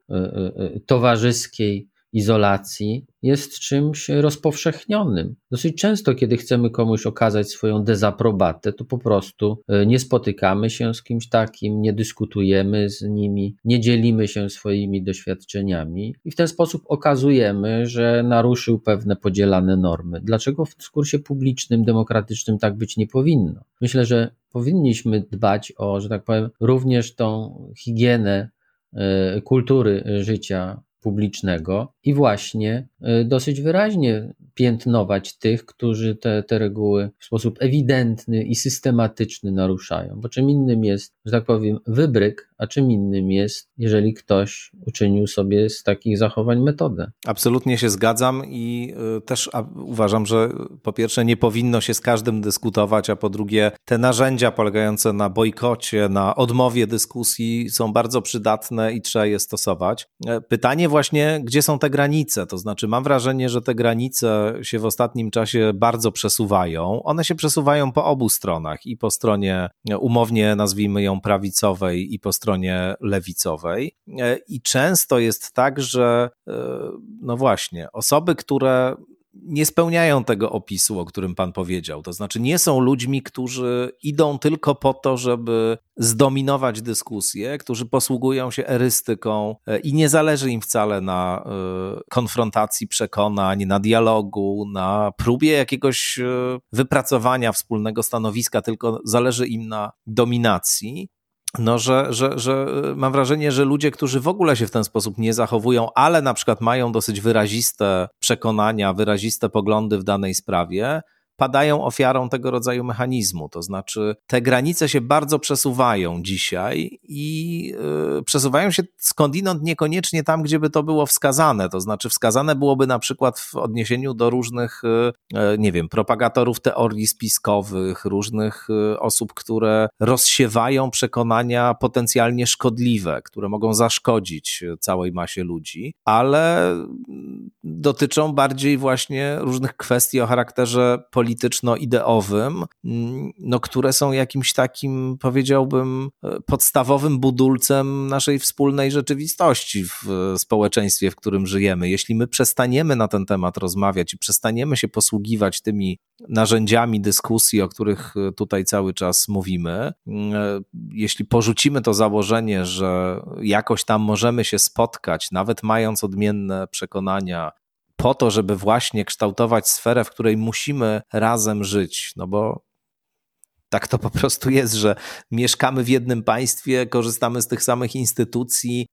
towarzyskiej izolacji jest czymś rozpowszechnionym. Dosyć często, kiedy chcemy komuś okazać swoją dezaprobatę, to po prostu nie spotykamy się z kimś takim, nie dyskutujemy z nimi, nie dzielimy się swoimi doświadczeniami i w ten sposób okazujemy, że naruszył pewne podzielane normy. Dlaczego w dyskursie publicznym, demokratycznym tak być nie powinno? Myślę, że powinniśmy dbać o, że tak powiem, również tą higienę kultury życia publicznego i właśnie dosyć wyraźnie piętnować tych, którzy te reguły w sposób ewidentny i systematyczny naruszają. Bo czym innym jest, że tak powiem, wybryk, a czym innym jest, jeżeli ktoś uczynił sobie z takich zachowań metodę. Absolutnie się zgadzam i też uważam, że po pierwsze nie powinno się z każdym dyskutować, a po drugie te narzędzia polegające na bojkocie, na odmowie dyskusji są bardzo przydatne i trzeba je stosować. Pytanie właśnie, gdzie są te granice? To znaczy mam wrażenie, że te granice się w ostatnim czasie bardzo przesuwają. One się przesuwają po obu stronach i po stronie umownie nazwijmy ją prawicowej i po stronie lewicowej. I często jest tak, że no właśnie, osoby, które nie spełniają tego opisu, o którym pan powiedział. To znaczy nie są ludźmi, którzy idą tylko po to, żeby zdominować dyskusję, którzy posługują się erystyką i nie zależy im wcale na konfrontacji przekonań, na dialogu, na próbie jakiegoś wypracowania wspólnego stanowiska, tylko zależy im na dominacji. No, że mam wrażenie, że ludzie, którzy w ogóle się w ten sposób nie zachowują, ale na przykład mają dosyć wyraziste przekonania, wyraziste poglądy w danej sprawie, padają ofiarą tego rodzaju mechanizmu. To znaczy te granice się bardzo przesuwają dzisiaj i przesuwają się skądinąd niekoniecznie tam, gdzie by to było wskazane. To znaczy wskazane byłoby na przykład w odniesieniu do różnych, nie wiem, propagatorów teorii spiskowych, różnych osób, które rozsiewają przekonania potencjalnie szkodliwe, które mogą zaszkodzić całej masie ludzi, ale dotyczą bardziej właśnie różnych kwestii o charakterze polityczno-ideowym, no, które są jakimś takim, powiedziałbym, podstawowym budulcem naszej wspólnej rzeczywistości w społeczeństwie, w którym żyjemy. Jeśli my przestaniemy na ten temat rozmawiać i przestaniemy się posługiwać tymi narzędziami dyskusji, o których tutaj cały czas mówimy, jeśli porzucimy to założenie, że jakoś tam możemy się spotkać, nawet mając odmienne przekonania, po to, żeby właśnie kształtować sferę, w której musimy razem żyć, no bo tak to po prostu jest, że mieszkamy w jednym państwie, korzystamy z tych samych instytucji,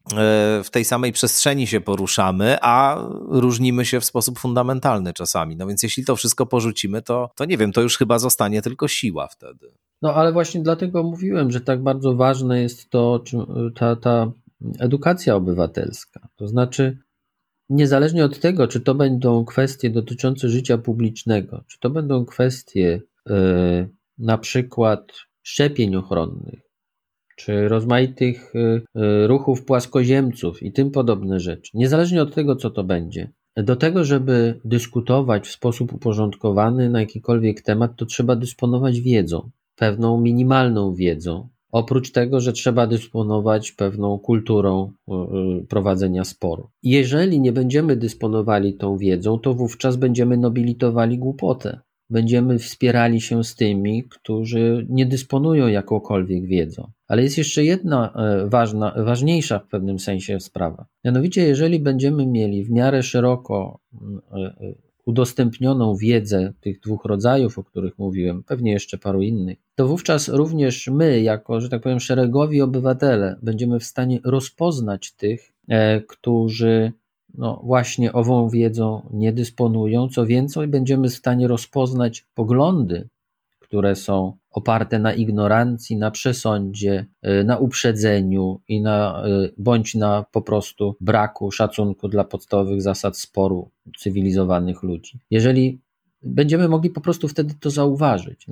w tej samej przestrzeni się poruszamy, a różnimy się w sposób fundamentalny czasami. No więc jeśli to wszystko porzucimy, to nie wiem, to już chyba zostanie tylko siła wtedy. No ale właśnie dlatego mówiłem, że tak bardzo ważne jest to, ta edukacja obywatelska. To znaczy niezależnie od tego, czy to będą kwestie dotyczące życia publicznego, czy to będą kwestie na przykład szczepień ochronnych, czy rozmaitych ruchów płaskoziemców i tym podobne rzeczy, niezależnie od tego, co to będzie, do tego, żeby dyskutować w sposób uporządkowany na jakikolwiek temat, to trzeba dysponować wiedzą, pewną minimalną wiedzą. Oprócz tego, że trzeba dysponować pewną kulturą prowadzenia sporu. Jeżeli nie będziemy dysponowali tą wiedzą, to wówczas będziemy nobilitowali głupotę. Będziemy wspierali się z tymi, którzy nie dysponują jakąkolwiek wiedzą. Ale jest jeszcze jedna ważniejsza w pewnym sensie sprawa. Mianowicie, jeżeli będziemy mieli w miarę szeroko udostępnioną wiedzę tych dwóch rodzajów, o których mówiłem, pewnie jeszcze paru innych, to wówczas również my, jako, że tak powiem, szeregowi obywatele, będziemy w stanie rozpoznać tych, którzy właśnie ową wiedzą nie dysponują. Co więcej, będziemy w stanie rozpoznać poglądy, które są oparte na ignorancji, na przesądzie, na uprzedzeniu bądź na po prostu braku szacunku dla podstawowych zasad sporu cywilizowanych ludzi. Jeżeli będziemy mogli po prostu wtedy to zauważyć,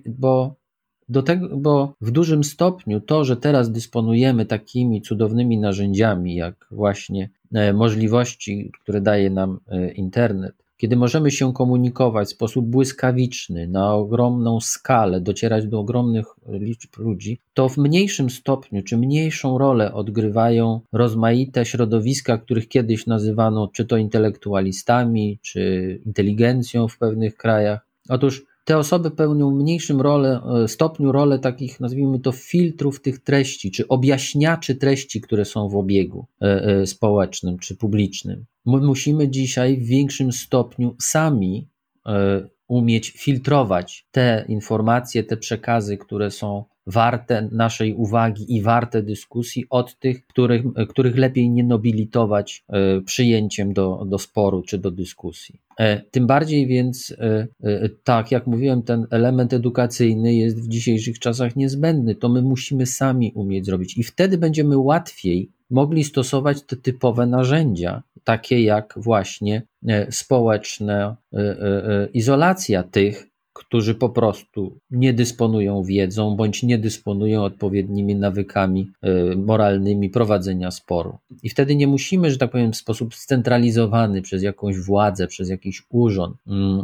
bo w dużym stopniu to, że teraz dysponujemy takimi cudownymi narzędziami, jak właśnie możliwości, które daje nam internet, kiedy możemy się komunikować w sposób błyskawiczny, na ogromną skalę, docierać do ogromnych liczb ludzi, to w mniejszym stopniu czy mniejszą rolę odgrywają rozmaite środowiska, których kiedyś nazywano czy to intelektualistami, czy inteligencją w pewnych krajach. Otóż te osoby pełnią mniejszym stopniu rolę takich, nazwijmy to, filtrów tych treści, czy objaśniaczy treści, które są w obiegu społecznym czy publicznym. My musimy dzisiaj w większym stopniu sami umieć filtrować te informacje, te przekazy, które są warte naszej uwagi i warte dyskusji, od tych, których lepiej nie nobilitować przyjęciem do sporu czy do dyskusji. Tym bardziej więc, tak jak mówiłem, ten element edukacyjny jest w dzisiejszych czasach niezbędny. To my musimy sami umieć zrobić i wtedy będziemy łatwiej mogli stosować te typowe narzędzia, takie jak właśnie społeczna izolacja tych, którzy po prostu nie dysponują wiedzą bądź nie dysponują odpowiednimi nawykami moralnymi prowadzenia sporu. I wtedy nie musimy, że tak powiem, w sposób scentralizowany przez jakąś władzę, przez jakiś urząd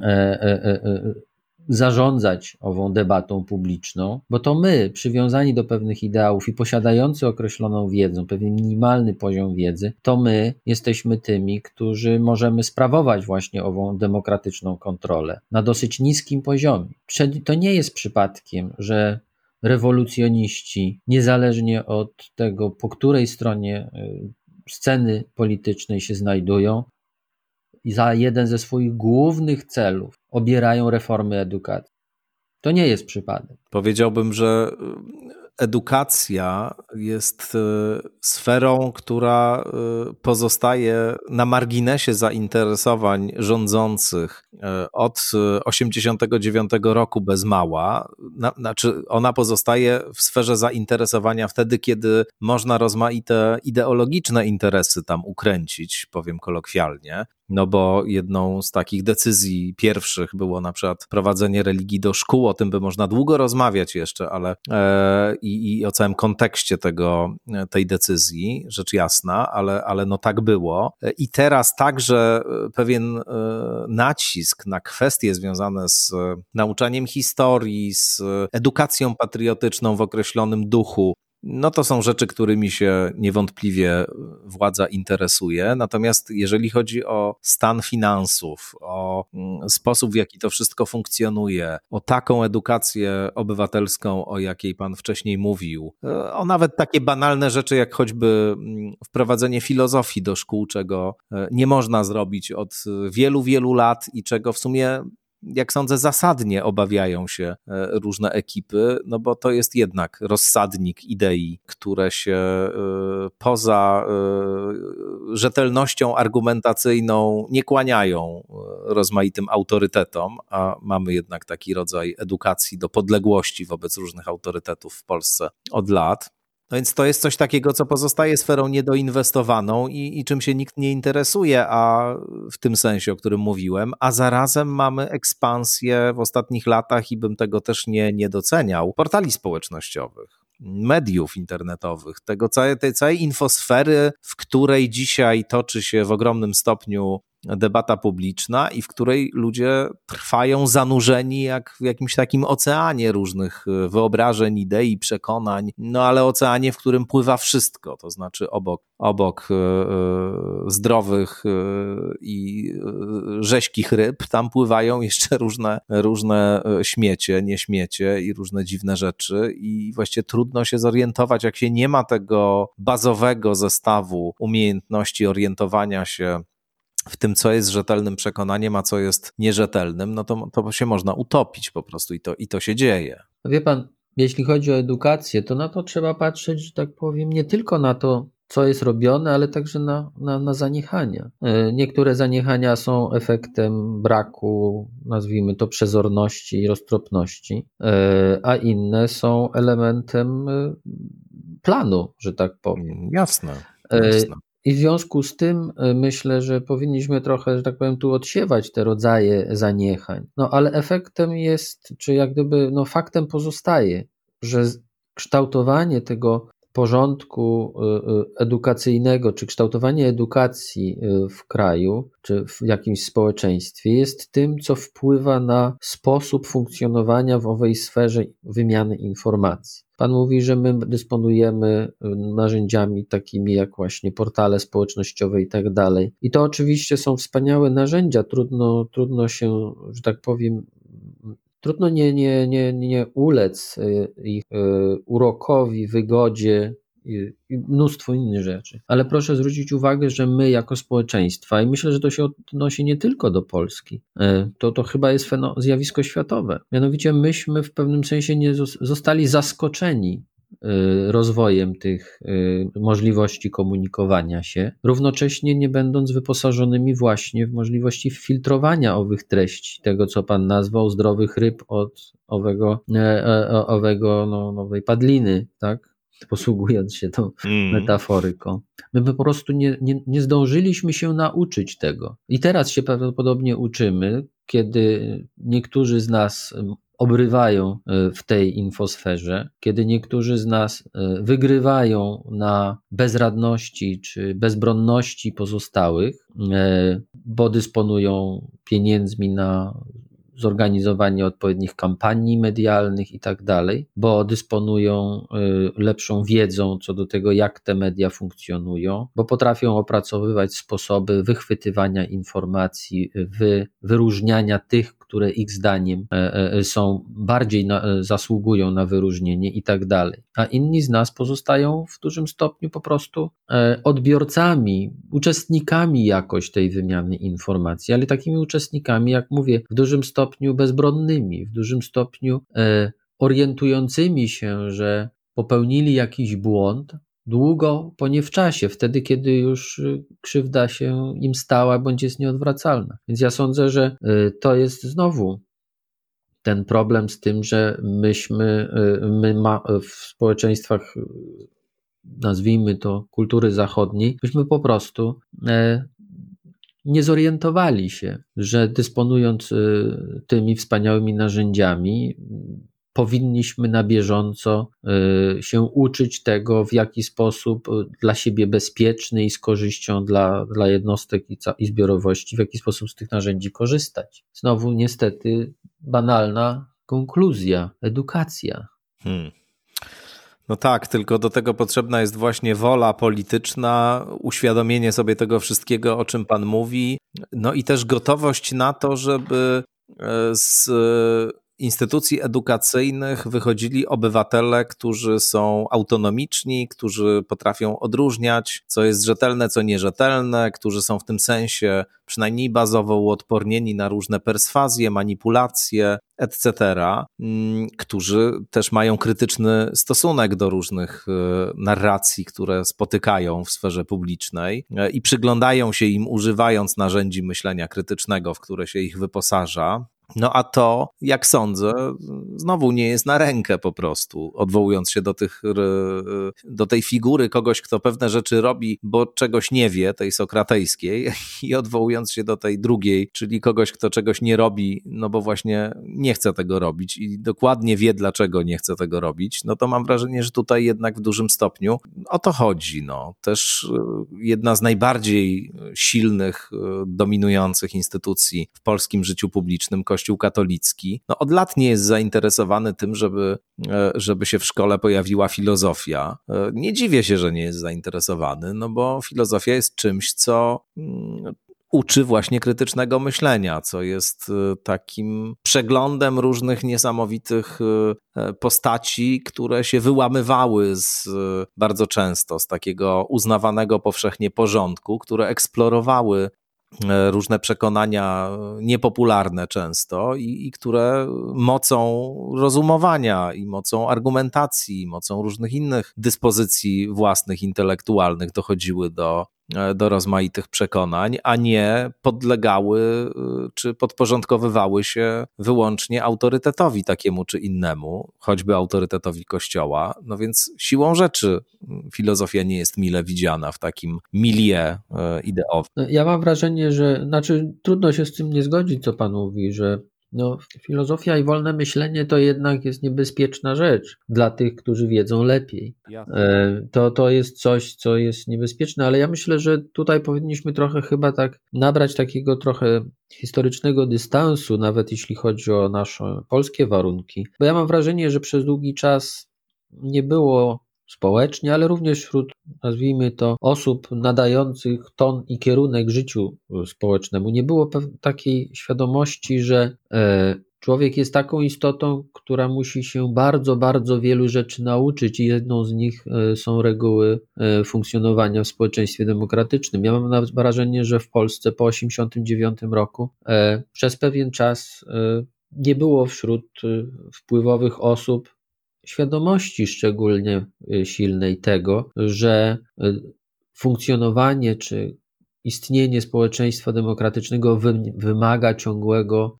zarządzać ową debatą publiczną, bo to my, przywiązani do pewnych ideałów i posiadający określoną wiedzę, pewien minimalny poziom wiedzy, to my jesteśmy tymi, którzy możemy sprawować właśnie ową demokratyczną kontrolę na dosyć niskim poziomie. To nie jest przypadkiem, że rewolucjoniści, niezależnie od tego, po której stronie sceny politycznej się znajdują, za jeden ze swoich głównych celów obierają reformy edukacji. To nie jest przypadek. Powiedziałbym, że edukacja jest sferą, która pozostaje na marginesie zainteresowań rządzących od 1989 roku bez mała. Znaczy ona pozostaje w sferze zainteresowania wtedy, kiedy można rozmaite ideologiczne interesy tam ukręcić, powiem kolokwialnie. No bo jedną z takich decyzji pierwszych było na przykład prowadzenie religii do szkół, o tym by można długo rozmawiać jeszcze, ale i o całym kontekście tej decyzji, rzecz jasna, ale no tak było. I teraz także pewien nacisk na kwestie związane z nauczaniem historii, z edukacją patriotyczną w określonym duchu, no to są rzeczy, którymi się niewątpliwie władza interesuje. Natomiast jeżeli chodzi o stan finansów, o sposób, w jaki to wszystko funkcjonuje, o taką edukację obywatelską, o jakiej pan wcześniej mówił, o nawet takie banalne rzeczy, jak choćby wprowadzenie filozofii do szkół, czego nie można zrobić od wielu, wielu lat i czego w sumie, jak sądzę, zasadnie obawiają się różne ekipy, no bo to jest jednak rozsadnik idei, które się poza rzetelnością argumentacyjną nie kłaniają rozmaitym autorytetom, a mamy jednak taki rodzaj edukacji do podległości wobec różnych autorytetów w Polsce od lat. No więc to jest coś takiego, co pozostaje sferą niedoinwestowaną i czym się nikt nie interesuje, a w tym sensie, o którym mówiłem, a zarazem mamy ekspansję w ostatnich latach i bym tego też nie doceniał, portali społecznościowych, mediów internetowych, tej całej infosfery, w której dzisiaj toczy się w ogromnym stopniu debata publiczna i w której ludzie trwają zanurzeni jak w jakimś takim oceanie różnych wyobrażeń, idei, przekonań, no ale oceanie, w którym pływa wszystko, to znaczy obok zdrowych i rzeźkich ryb, tam pływają jeszcze różne śmiecie, nieśmiecie i różne dziwne rzeczy i właściwie trudno się zorientować, jak się nie ma tego bazowego zestawu umiejętności orientowania się w tym, co jest rzetelnym przekonaniem, a co jest nierzetelnym, no to się można utopić po prostu i to się dzieje. Wie pan, jeśli chodzi o edukację, to na to trzeba patrzeć, że tak powiem, nie tylko na to, co jest robione, ale także na zaniechania. Niektóre zaniechania są efektem braku, nazwijmy to, przezorności i roztropności, a inne są elementem planu, że tak powiem. Jasne. I w związku z tym myślę, że powinniśmy trochę, że tak powiem, tu odsiewać te rodzaje zaniechań. No ale efektem jest, czy jak gdyby, no faktem pozostaje, że kształtowanie tego porządku edukacyjnego, czy kształtowanie edukacji w kraju, czy w jakimś społeczeństwie jest tym, co wpływa na sposób funkcjonowania w owej sferze wymiany informacji. Pan mówi, że my dysponujemy narzędziami takimi jak właśnie portale społecznościowe i tak dalej. I to oczywiście są wspaniałe narzędzia, trudno się, że tak powiem, trudno nie ulec ich urokowi, wygodzie i mnóstwo innych rzeczy. Ale proszę zwrócić uwagę, że my jako społeczeństwa, i myślę, że to się odnosi nie tylko do Polski, to chyba jest zjawisko światowe. Mianowicie myśmy w pewnym sensie nie zostali zaskoczeni rozwojem tych możliwości komunikowania się, równocześnie nie będąc wyposażonymi właśnie w możliwości filtrowania owych treści, tego co pan nazwał zdrowych ryb od owej padliny, tak? Posługując się tą metaforyką. My po prostu nie zdążyliśmy się nauczyć tego. I teraz się prawdopodobnie uczymy, kiedy niektórzy z nas obrywają w tej infosferze, kiedy niektórzy z nas wygrywają na bezradności czy bezbronności pozostałych, bo dysponują pieniędzmi na zorganizowanie odpowiednich kampanii medialnych i tak dalej, bo dysponują lepszą wiedzą co do tego, jak te media funkcjonują, bo potrafią opracowywać sposoby wychwytywania informacji, wyróżniania tych, które ich zdaniem są bardziej zasługują na wyróżnienie i tak dalej. A inni z nas pozostają w dużym stopniu po prostu odbiorcami, uczestnikami jakoś tej wymiany informacji, ale takimi uczestnikami, jak mówię, w dużym stopniu bezbronnymi, w dużym stopniu orientującymi się, że popełnili jakiś błąd długo po nie w czasie, wtedy kiedy już krzywda się im stała bądź jest nieodwracalna. Więc ja sądzę, że to jest znowu ten problem z tym, że w społeczeństwach, nazwijmy to kultury zachodniej, myśmy po prostu nie zorientowali się, że dysponując tymi wspaniałymi narzędziami, powinniśmy na bieżąco się uczyć tego, w jaki sposób dla siebie bezpieczny i z korzyścią dla jednostek i zbiorowości, w jaki sposób z tych narzędzi korzystać. Znowu niestety banalna konkluzja, edukacja. No tak, tylko do tego potrzebna jest właśnie wola polityczna, uświadomienie sobie tego wszystkiego, o czym pan mówi, no i też gotowość na to, żeby z instytucji edukacyjnych wychodzili obywatele, którzy są autonomiczni, którzy potrafią odróżniać, co jest rzetelne, co nierzetelne, którzy są w tym sensie przynajmniej bazowo uodpornieni na różne perswazje, manipulacje, etc., którzy też mają krytyczny stosunek do różnych narracji, które spotykają w sferze publicznej i przyglądają się im, używając narzędzi myślenia krytycznego, w które się ich wyposaża. No a to, jak sądzę, znowu nie jest na rękę po prostu, odwołując się do tej figury kogoś, kto pewne rzeczy robi, bo czegoś nie wie, tej sokratejskiej, i odwołując się do tej drugiej, czyli kogoś, kto czegoś nie robi, no bo właśnie nie chce tego robić i dokładnie wie, dlaczego nie chce tego robić, no to mam wrażenie, że tutaj jednak w dużym stopniu o to chodzi. No. Też jedna z najbardziej silnych, dominujących instytucji w polskim życiu publicznym, Kościół katolicki, no od lat nie jest zainteresowany tym, żeby się w szkole pojawiła filozofia. Nie dziwię się, że nie jest zainteresowany, no bo filozofia jest czymś, co uczy właśnie krytycznego myślenia, co jest takim przeglądem różnych niesamowitych postaci, które się wyłamywały bardzo często z takiego uznawanego powszechnie porządku, które eksplorowały różne przekonania niepopularne często i które mocą rozumowania i mocą argumentacji, mocą różnych innych dyspozycji własnych, intelektualnych dochodziły do rozmaitych przekonań, a nie podlegały czy podporządkowywały się wyłącznie autorytetowi takiemu czy innemu, choćby autorytetowi Kościoła. No więc siłą rzeczy filozofia nie jest mile widziana w takim milieu ideowym. Ja mam wrażenie, że trudno się z tym nie zgodzić, co pan mówi, że filozofia i wolne myślenie to jednak jest niebezpieczna rzecz dla tych, którzy wiedzą lepiej. To jest coś, co jest niebezpieczne, ale ja myślę, że tutaj powinniśmy trochę chyba tak nabrać takiego trochę historycznego dystansu, nawet jeśli chodzi o nasze polskie warunki, bo ja mam wrażenie, że przez długi czas nie było społecznie, ale również wśród, nazwijmy to, osób nadających ton i kierunek życiu społecznemu. Nie było takiej świadomości, że człowiek jest taką istotą, która musi się bardzo, bardzo wielu rzeczy nauczyć i jedną z nich są reguły funkcjonowania w społeczeństwie demokratycznym. Ja mam nawet wrażenie, że w Polsce po 1989 roku przez pewien czas nie było wśród wpływowych osób świadomości szczególnie silnej tego, że funkcjonowanie czy istnienie społeczeństwa demokratycznego wymaga ciągłego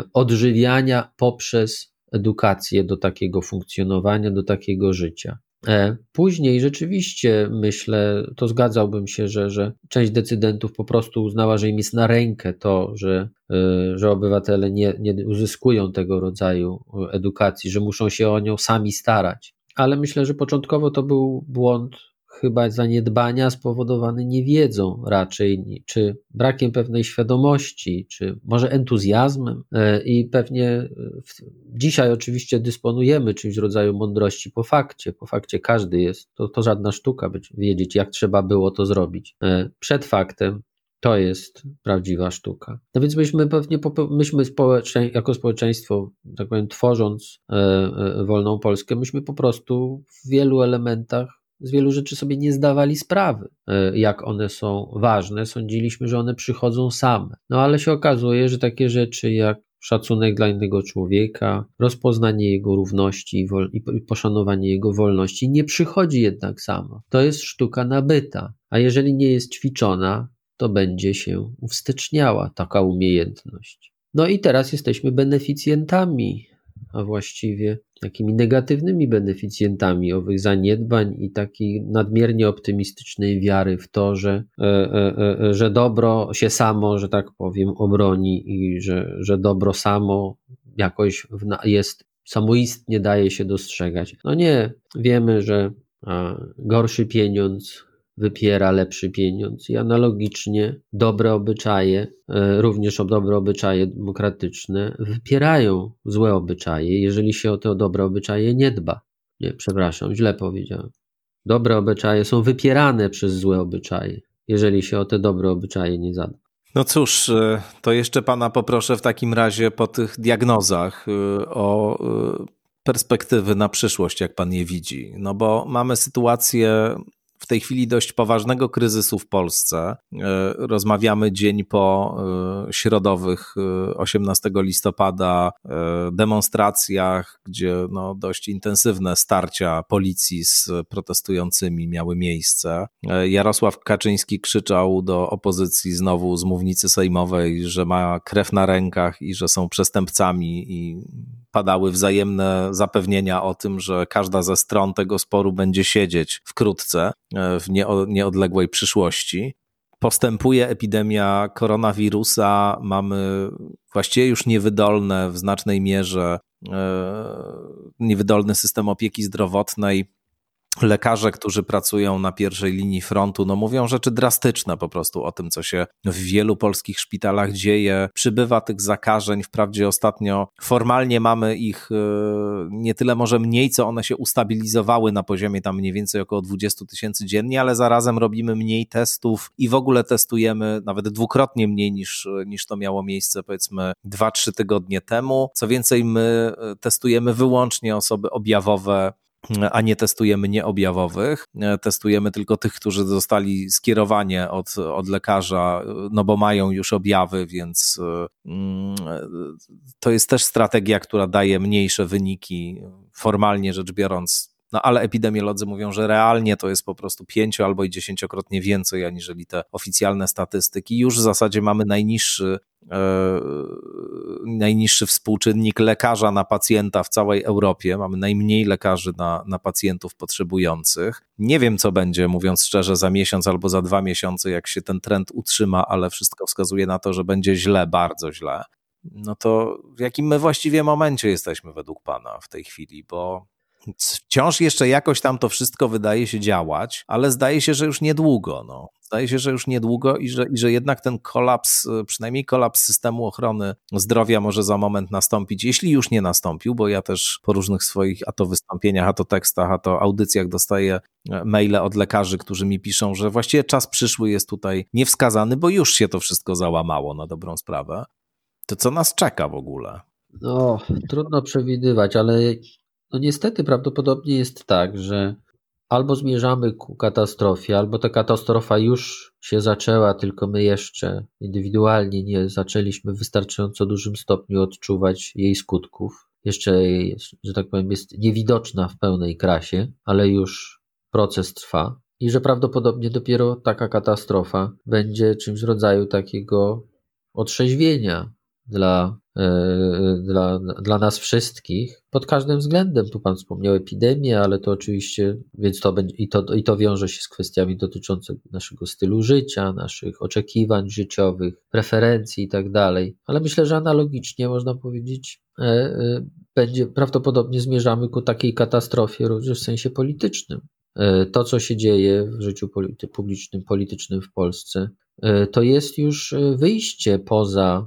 odżywiania poprzez edukację do takiego funkcjonowania, do takiego życia. Później rzeczywiście myślę, to zgadzałbym się, że część decydentów po prostu uznała, że im jest na rękę to, że obywatele nie uzyskują tego rodzaju edukacji, że muszą się o nią sami starać. Ale myślę, że początkowo to był błąd chyba zaniedbania spowodowany niewiedzą raczej, czy brakiem pewnej świadomości, czy może entuzjazmem i pewnie dzisiaj oczywiście dysponujemy czymś w rodzaju mądrości po fakcie. Po fakcie każdy jest, to żadna sztuka wiedzieć, jak trzeba było to zrobić. Przed faktem to jest prawdziwa sztuka. No więc myśmy jako społeczeństwo, tak powiem, tworząc wolną Polskę, myśmy po prostu w wielu elementach z wielu rzeczy sobie nie zdawali sprawy, jak one są ważne. Sądziliśmy, że one przychodzą same. No ale się okazuje, że takie rzeczy jak szacunek dla innego człowieka, rozpoznanie jego równości i poszanowanie jego wolności nie przychodzi jednak samo. To jest sztuka nabyta, a jeżeli nie jest ćwiczona, to będzie się uwsteczniała taka umiejętność. No i teraz jesteśmy beneficjentami, a właściwie takimi negatywnymi beneficjentami owych zaniedbań i takiej nadmiernie optymistycznej wiary w to, że dobro się samo, że tak powiem, obroni i że dobro samo jakoś jest samoistnie daje się dostrzegać. No nie, wiemy, że gorszy pieniądz wypiera lepszy pieniądz i analogicznie dobre obyczaje, również dobre obyczaje demokratyczne wypierają złe obyczaje, jeżeli się o te dobre obyczaje nie dba. Nie, przepraszam, źle powiedziałem. Dobre obyczaje są wypierane przez złe obyczaje, jeżeli się o te dobre obyczaje nie zadba. No cóż, to jeszcze pana poproszę w takim razie po tych diagnozach o perspektywy na przyszłość, jak pan je widzi. No bo mamy sytuację, w tej chwili dość poważnego kryzysu w Polsce. Rozmawiamy dzień po środowych 18 listopada demonstracjach, gdzie dość intensywne starcia policji z protestującymi miały miejsce. Jarosław Kaczyński krzyczał do opozycji znowu z mównicy sejmowej, że ma krew na rękach i że są przestępcami i padały wzajemne zapewnienia o tym, że każda ze stron tego sporu będzie siedzieć wkrótce w nieodległej przyszłości. Postępuje epidemia koronawirusa, mamy właściwie już w znacznej mierze niewydolny system opieki zdrowotnej. Lekarze, którzy pracują na pierwszej linii frontu, mówią rzeczy drastyczne po prostu o tym, co się w wielu polskich szpitalach dzieje. Przybywa tych zakażeń, wprawdzie ostatnio formalnie mamy ich nie tyle może mniej, co one się ustabilizowały na poziomie tam mniej więcej około 20 000 dziennie, ale zarazem robimy mniej testów i w ogóle testujemy nawet dwukrotnie mniej niż to miało miejsce powiedzmy 2-3 tygodnie temu. Co więcej, my testujemy wyłącznie osoby objawowe, a nie testujemy nieobjawowych. Testujemy tylko tych, którzy dostali skierowanie od lekarza, bo mają już objawy, więc to jest też strategia, która daje mniejsze wyniki, formalnie rzecz biorąc. Ale epidemiolodzy mówią, że realnie to jest po prostu 5 albo i 10-krotnie więcej aniżeli te oficjalne statystyki. Już w zasadzie mamy najniższy współczynnik lekarza na pacjenta w całej Europie. Mamy najmniej lekarzy na pacjentów potrzebujących. Nie wiem, co będzie, mówiąc szczerze, za miesiąc albo za 2 miesiące, jak się ten trend utrzyma, ale wszystko wskazuje na to, że będzie źle, bardzo źle. To w jakim my właściwie momencie jesteśmy według pana w tej chwili, bo wciąż jeszcze jakoś tam to wszystko wydaje się działać, ale zdaje się, że już niedługo. Zdaje się, że już niedługo i że jednak ten kolaps, przynajmniej kolaps systemu ochrony zdrowia może za moment nastąpić, jeśli już nie nastąpił, bo ja też po różnych swoich a to wystąpieniach, a to tekstach, a to audycjach dostaję maile od lekarzy, którzy mi piszą, że właściwie czas przyszły jest tutaj niewskazany, bo już się to wszystko załamało na dobrą sprawę. To co nas czeka w ogóle? Trudno przewidywać, ale niestety prawdopodobnie jest tak, że albo zmierzamy ku katastrofie, albo ta katastrofa już się zaczęła, tylko my jeszcze indywidualnie nie zaczęliśmy w wystarczająco dużym stopniu odczuwać jej skutków. Jeszcze, że tak powiem, jest niewidoczna w pełnej krasie, ale już proces trwa i że prawdopodobnie dopiero taka katastrofa będzie czymś w rodzaju takiego otrzeźwienia dla nas wszystkich pod każdym względem. Tu pan wspomniał epidemię, ale to oczywiście, więc to będzie i to wiąże się z kwestiami dotyczącymi naszego stylu życia, naszych oczekiwań życiowych, preferencji i tak dalej. Ale myślę, że analogicznie można powiedzieć, prawdopodobnie zmierzamy ku takiej katastrofie również w sensie politycznym. To, co się dzieje w życiu politycznym w Polsce, to jest już wyjście poza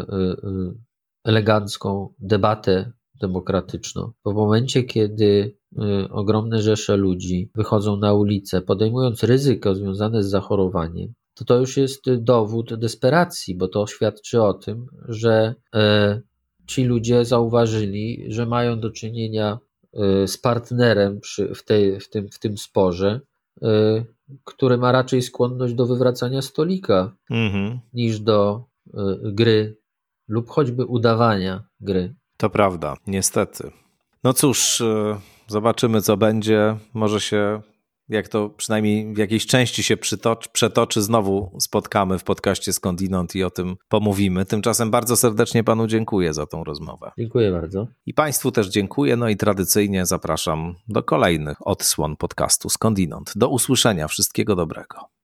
elegancką debatę demokratyczną. Bo w momencie, kiedy ogromne rzesze ludzi wychodzą na ulicę, podejmując ryzyko związane z zachorowaniem, to już jest dowód desperacji, bo to świadczy o tym, że ci ludzie zauważyli, że mają do czynienia z partnerem w tym sporze, który ma raczej skłonność do wywracania stolika niż do gry lub choćby udawania gry. To prawda, niestety. Cóż, zobaczymy, co będzie. Może się, jak to przynajmniej w jakiejś części się przetoczy, znowu spotkamy w podcaście Skądinąd i o tym pomówimy. Tymczasem bardzo serdecznie panu dziękuję za tą rozmowę. Dziękuję bardzo. I państwu też dziękuję, i tradycyjnie zapraszam do kolejnych odsłon podcastu Skądinąd. Do usłyszenia, wszystkiego dobrego.